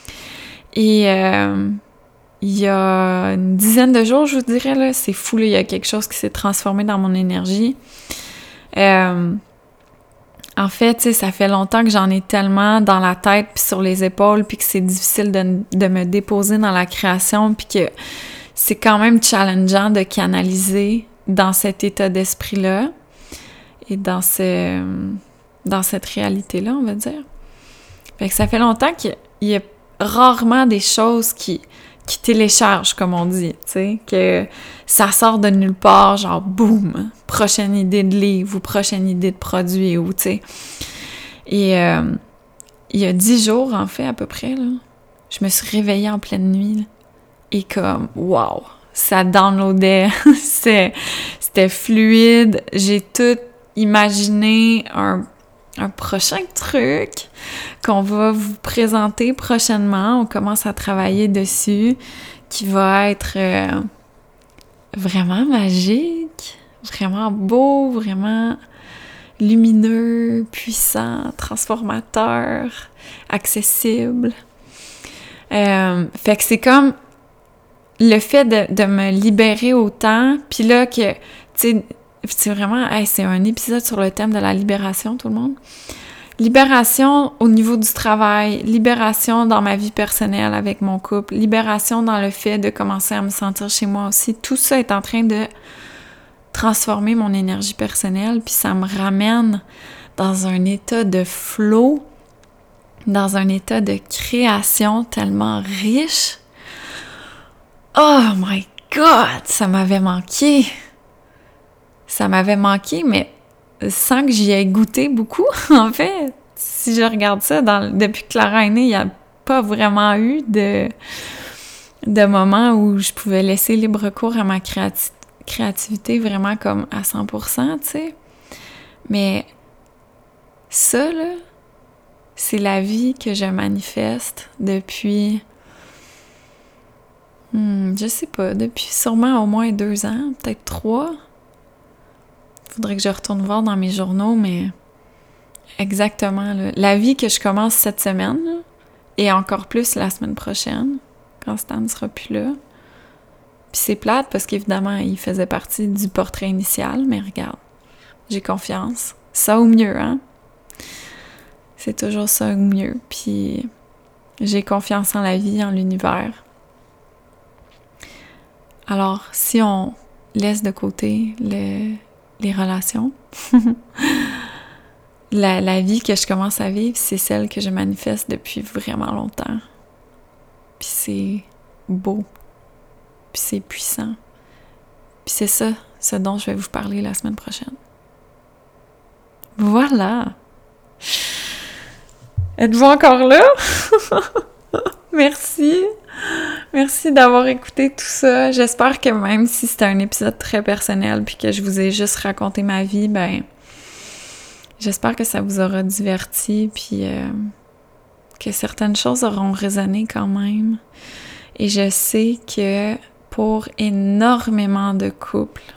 Et euh, il y a une dizaine de jours, je vous dirais, là, c'est fou, là, il y a quelque chose qui s'est transformé dans mon énergie. Euh, en fait, tu sais, ça fait longtemps que j'en ai tellement dans la tête puis sur les épaules, puis que c'est difficile de, de me déposer dans la création, puis que c'est quand même challengeant de canaliser dans cet état d'esprit-là et dans, ce, dans cette réalité-là, on va dire. Fait que ça fait longtemps qu'il y a rarement des choses qui, qui téléchargent, comme on dit, tu sais, que ça sort de nulle part, genre boum, prochaine idée de livre ou prochaine idée de produit, ou tu sais. Et euh, il y a dix jours, en fait, à peu près, là, je me suis réveillée en pleine nuit, là. Et comme, wow, ça downloadait, c'était, c'était fluide, j'ai tout imaginé, un, un prochain truc qu'on va vous présenter prochainement, on commence à travailler dessus, qui va être euh, vraiment magique, vraiment beau, vraiment lumineux, puissant, transformateur, accessible. Euh, fait que c'est comme le fait de, de me libérer autant, puis là que, tu sais, c'est vraiment, hey, c'est un épisode sur le thème de la libération, tout le monde. Libération au niveau du travail, libération dans ma vie personnelle avec mon couple, libération dans le fait de commencer à me sentir chez moi aussi. Tout ça est en train de transformer mon énergie personnelle, puis ça me ramène dans un état de flow, dans un état de création tellement riche. Oh my God! Ça m'avait manqué! Ça m'avait manqué, mais sans que j'y ai goûté beaucoup, en fait. Si je regarde ça, dans, depuis que Clara est née, il n'y a pas vraiment eu de, de moment où je pouvais laisser libre cours à ma créati- créativité vraiment comme à cent pour cent, tu sais. Mais ça, là, c'est la vie que je manifeste depuis... Hmm, je sais pas, depuis sûrement au moins deux ans, peut-être trois. Faudrait que je retourne voir dans mes journaux, mais exactement, là, la vie que je commence cette semaine, là, et encore plus la semaine prochaine, quand Stan ne sera plus là. Puis c'est plate parce qu'évidemment, il faisait partie du portrait initial, mais regarde, j'ai confiance. Ça ou mieux, hein? C'est toujours ça ou mieux. Puis j'ai confiance en la vie, en l'univers. Alors, si on laisse de côté le, les relations, la, la vie que je commence à vivre, c'est celle que je manifeste depuis vraiment longtemps. Puis c'est beau. Puis c'est puissant. Puis c'est ça, ce dont je vais vous parler la semaine prochaine. Voilà! Êtes-vous encore là? Merci! Merci d'avoir écouté tout ça. J'espère que même si c'était un épisode très personnel puis que je vous ai juste raconté ma vie, ben j'espère que ça vous aura diverti puis euh, que certaines choses auront résonné quand même. Et je sais que pour énormément de couples,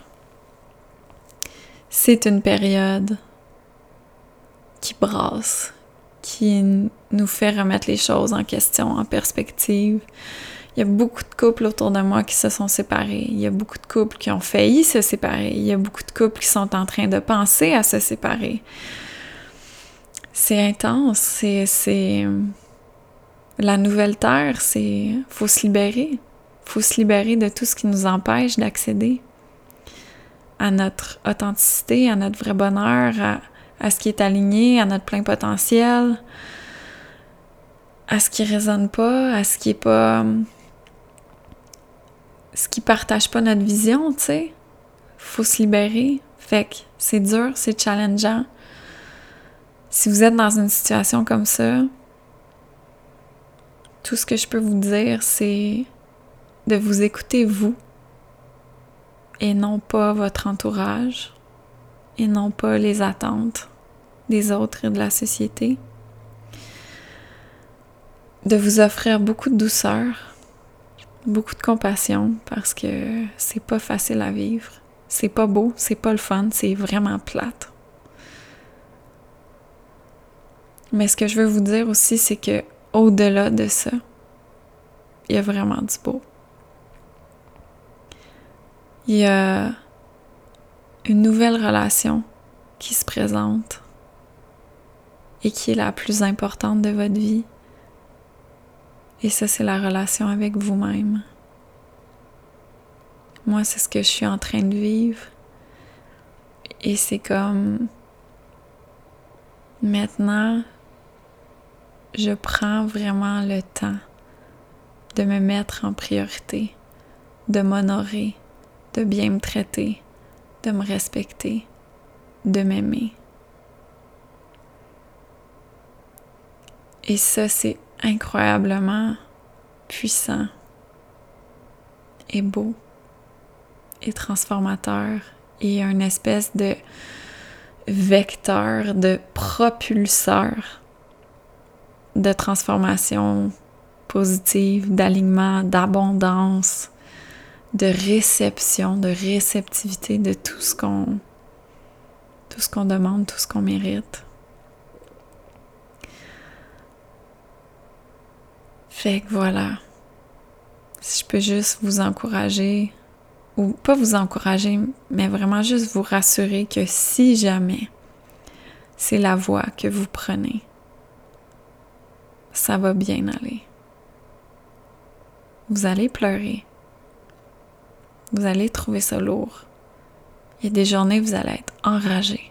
c'est une période qui brasse, qui nous fait remettre les choses en question, en perspective. Il y a beaucoup de couples autour de moi qui se sont séparés. Il y a beaucoup de couples qui ont failli se séparer. Il y a beaucoup de couples qui sont en train de penser à se séparer. C'est intense. C'est... c'est... La nouvelle terre, c'est... Faut se libérer. Faut se libérer de tout ce qui nous empêche d'accéder à notre authenticité, à notre vrai bonheur, à, à ce qui est aligné, à notre plein potentiel, à ce qui résonne pas, à ce qui est pas... ce qui partage pas notre vision, tu sais. Faut se libérer. Fait que c'est dur, c'est challengeant. Si vous êtes dans une situation comme ça, tout ce que je peux vous dire, c'est de vous écouter vous et non pas votre entourage et non pas les attentes des autres et de la société. De vous offrir beaucoup de douceur, beaucoup de compassion parce que c'est pas facile à vivre. C'est pas beau, c'est pas le fun, c'est vraiment plate. Mais ce que je veux vous dire aussi, c'est que au-delà de ça, il y a vraiment du beau. Il y a une nouvelle relation qui se présente et qui est la plus importante de votre vie. Et ça, c'est la relation avec vous-même. Moi, c'est ce que je suis en train de vivre. Et c'est comme... Maintenant, je prends vraiment le temps de me mettre en priorité, de m'honorer, de bien me traiter, de me respecter, de m'aimer. Et ça, c'est incroyablement puissant et beau et transformateur et un espèce de vecteur, de propulseur de transformation positive, d'alignement, d'abondance, de réception, de réceptivité de tout ce qu'on tout ce qu'on demande, tout ce qu'on mérite. Fait que voilà, si je peux juste vous encourager, ou pas vous encourager, mais vraiment juste vous rassurer que si jamais c'est la voie que vous prenez, ça va bien aller. Vous allez pleurer. Vous allez trouver ça lourd. Il y a des journées où vous allez être enragé.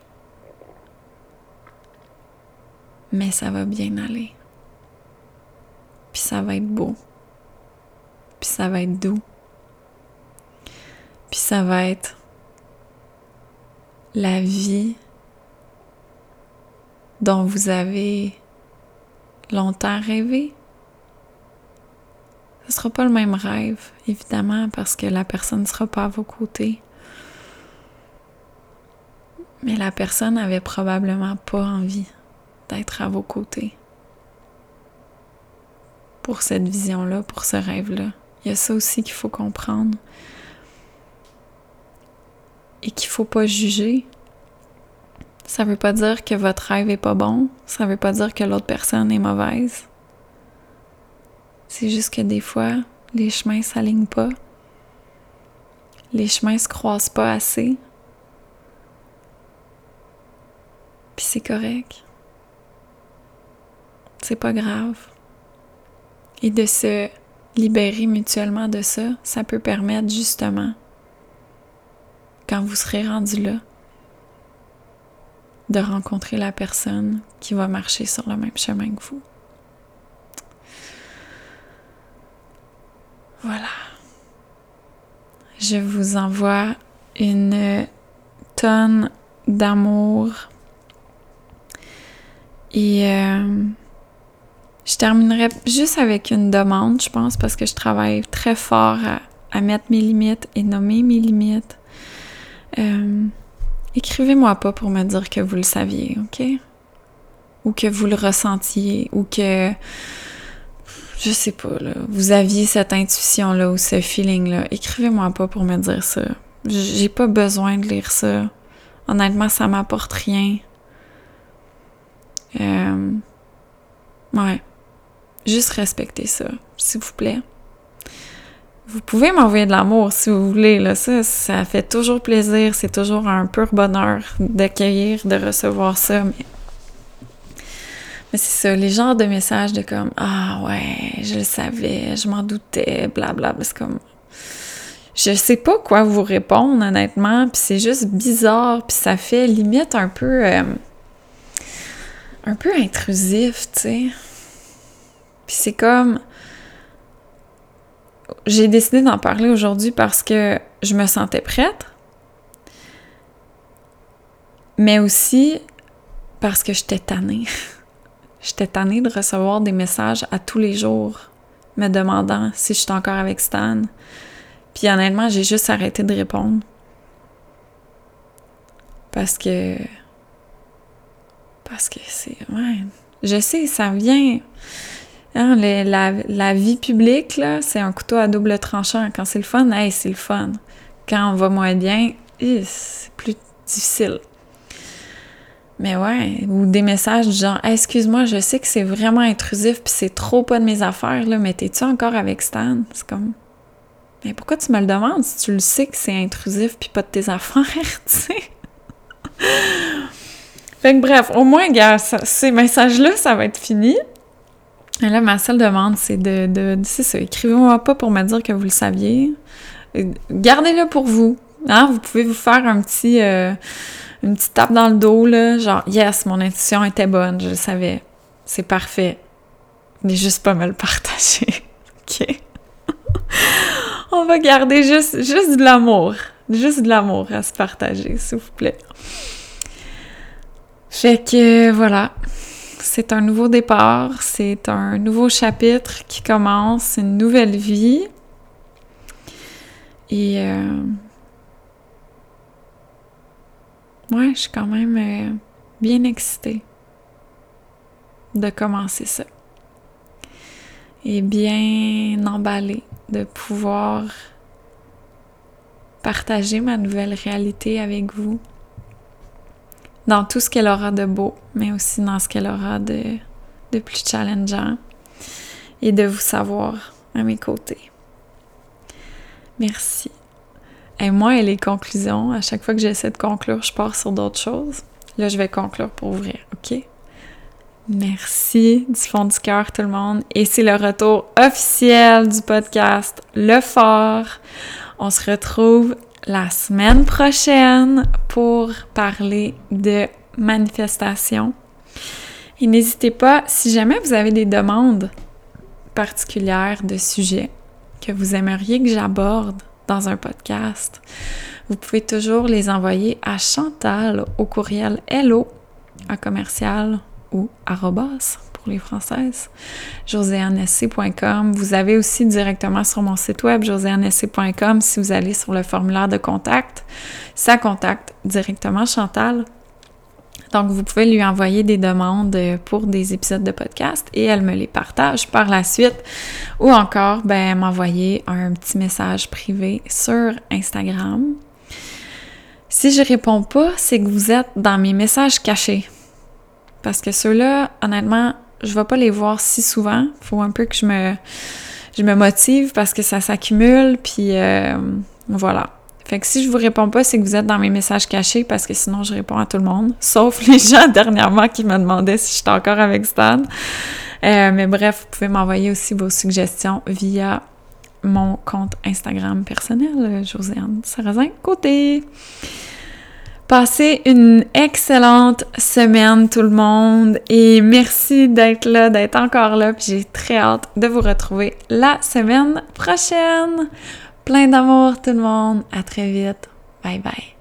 Mais ça va bien aller. Puis ça va être beau. Puis ça va être doux. Puis ça va être la vie dont vous avez longtemps rêvé. Ce ne sera pas le même rêve, évidemment, parce que la personne ne sera pas à vos côtés. Mais la personne n'avait probablement pas envie d'être à vos côtés. Pour cette vision-là, pour ce rêve-là. Il y a ça aussi qu'il faut comprendre. Et qu'il ne faut pas juger. Ça ne veut pas dire que votre rêve n'est pas bon. Ça ne veut pas dire que l'autre personne est mauvaise. C'est juste que des fois, les chemins ne s'alignent pas. Les chemins ne se croisent pas assez. Puis c'est correct. C'est pas grave. Et de se libérer mutuellement de ça, ça peut permettre justement, quand vous serez rendu là, de rencontrer la personne qui va marcher sur le même chemin que vous. Voilà. Je vous envoie une tonne d'amour. Et euh, je terminerai juste avec une demande, je pense, parce que je travaille très fort à, à mettre mes limites et nommer mes limites. Euh, écrivez-moi pas pour me dire que vous le saviez, OK? Ou que vous le ressentiez, ou que, je sais pas, là, vous aviez cette intuition-là ou ce feeling-là. Écrivez-moi pas pour me dire ça. J'ai pas besoin de lire ça. Honnêtement, ça m'apporte rien. Euh, ouais. Juste respectez ça, s'il vous plaît. Vous pouvez m'envoyer de l'amour si vous voulez, là. Ça, ça fait toujours plaisir. C'est toujours un pur bonheur d'accueillir, de recevoir ça. Mais, mais c'est ça, les genres de messages de comme « Ah ouais, je le savais, je m'en doutais, blablabla. » C'est comme... Je sais pas quoi vous répondre, honnêtement. Puis c'est juste bizarre. Puis ça fait limite un peu... Euh, un peu intrusif, tu sais. Puis c'est comme... J'ai décidé d'en parler aujourd'hui parce que je me sentais prête, mais aussi parce que j'étais tannée. J'étais tannée de recevoir des messages à tous les jours me demandant si je suis encore avec Stan. Puis honnêtement, j'ai juste arrêté de répondre. Parce que... Parce que c'est... Ouais... Je sais, ça vient... Hein, le, la, la vie publique, là, c'est un couteau à double tranchant. Quand c'est le fun, hey, c'est le fun. Quand on va moins bien, c'est plus difficile. Mais ouais, ou des messages du genre hey, « Excuse-moi, je sais que c'est vraiment intrusif puis c'est trop pas de mes affaires, là, mais t'es-tu encore avec Stan? » C'est comme « Mais pourquoi tu me le demandes si tu le sais que c'est intrusif puis pas de tes affaires, tu sais? » Fait que bref, au moins, gars, ça, ces messages-là, ça va être fini. Et là, ma seule demande, c'est de... de, de c'est ça, écrivez-moi pas pour me dire que vous le saviez. Gardez-le pour vous. Hein? Vous pouvez vous faire un petit... Euh, une petite tape dans le dos, là, genre « Yes, mon intuition était bonne, je le savais. C'est parfait. Mais juste pas me le partager. » OK? On va garder juste, juste de l'amour. Juste de l'amour à se partager, s'il vous plaît. Fait que, voilà. C'est un nouveau départ. C'est un nouveau chapitre qui commence, une nouvelle vie. Et... Euh, ouais, je suis quand même euh, bien excitée de commencer ça. Et bien emballée de pouvoir partager ma nouvelle réalité avec vous dans tout ce qu'elle aura de beau, mais aussi dans ce qu'elle aura de, de plus challengeant et de vous savoir à mes côtés. Merci. Et moi, et les conclusions, à chaque fois que j'essaie de conclure, je pars sur d'autres choses. Là, je vais conclure pour ouvrir, OK? Merci du fond du cœur, tout le monde. Et c'est le retour officiel du podcast Le Fort. On se retrouve la semaine prochaine pour parler de manifestation. Et n'hésitez pas, si jamais vous avez des demandes particulières de sujets que vous aimeriez que j'aborde dans un podcast, vous pouvez toujours les envoyer à Chantal au courriel hello à commercial ou arrobas pour les françaises, joséanne s c point com. Vous avez aussi directement sur mon site web joséanne s c point com, si vous allez sur le formulaire de contact, ça contacte directement Chantal. Donc, vous pouvez lui envoyer des demandes pour des épisodes de podcast et elle me les partage par la suite. Ou encore, ben, m'envoyer un petit message privé sur Instagram. Si je réponds pas, c'est que vous êtes dans mes messages cachés. Parce que ceux-là, honnêtement, je vais pas les voir si souvent. Faut un peu que je me, je me motive parce que ça s'accumule, puis euh, voilà. Fait que si je vous réponds pas, c'est que vous êtes dans mes messages cachés parce que sinon je réponds à tout le monde, sauf les gens dernièrement qui me demandaient si j'étais encore avec Stan. Euh, mais bref, vous pouvez m'envoyer aussi vos suggestions via mon compte Instagram personnel, Joséanne Sarrazin-Côté. Passez une excellente semaine tout le monde et merci d'être là, d'être encore là, puis j'ai très hâte de vous retrouver la semaine prochaine. Plein d'amour tout le monde, à très vite, bye bye.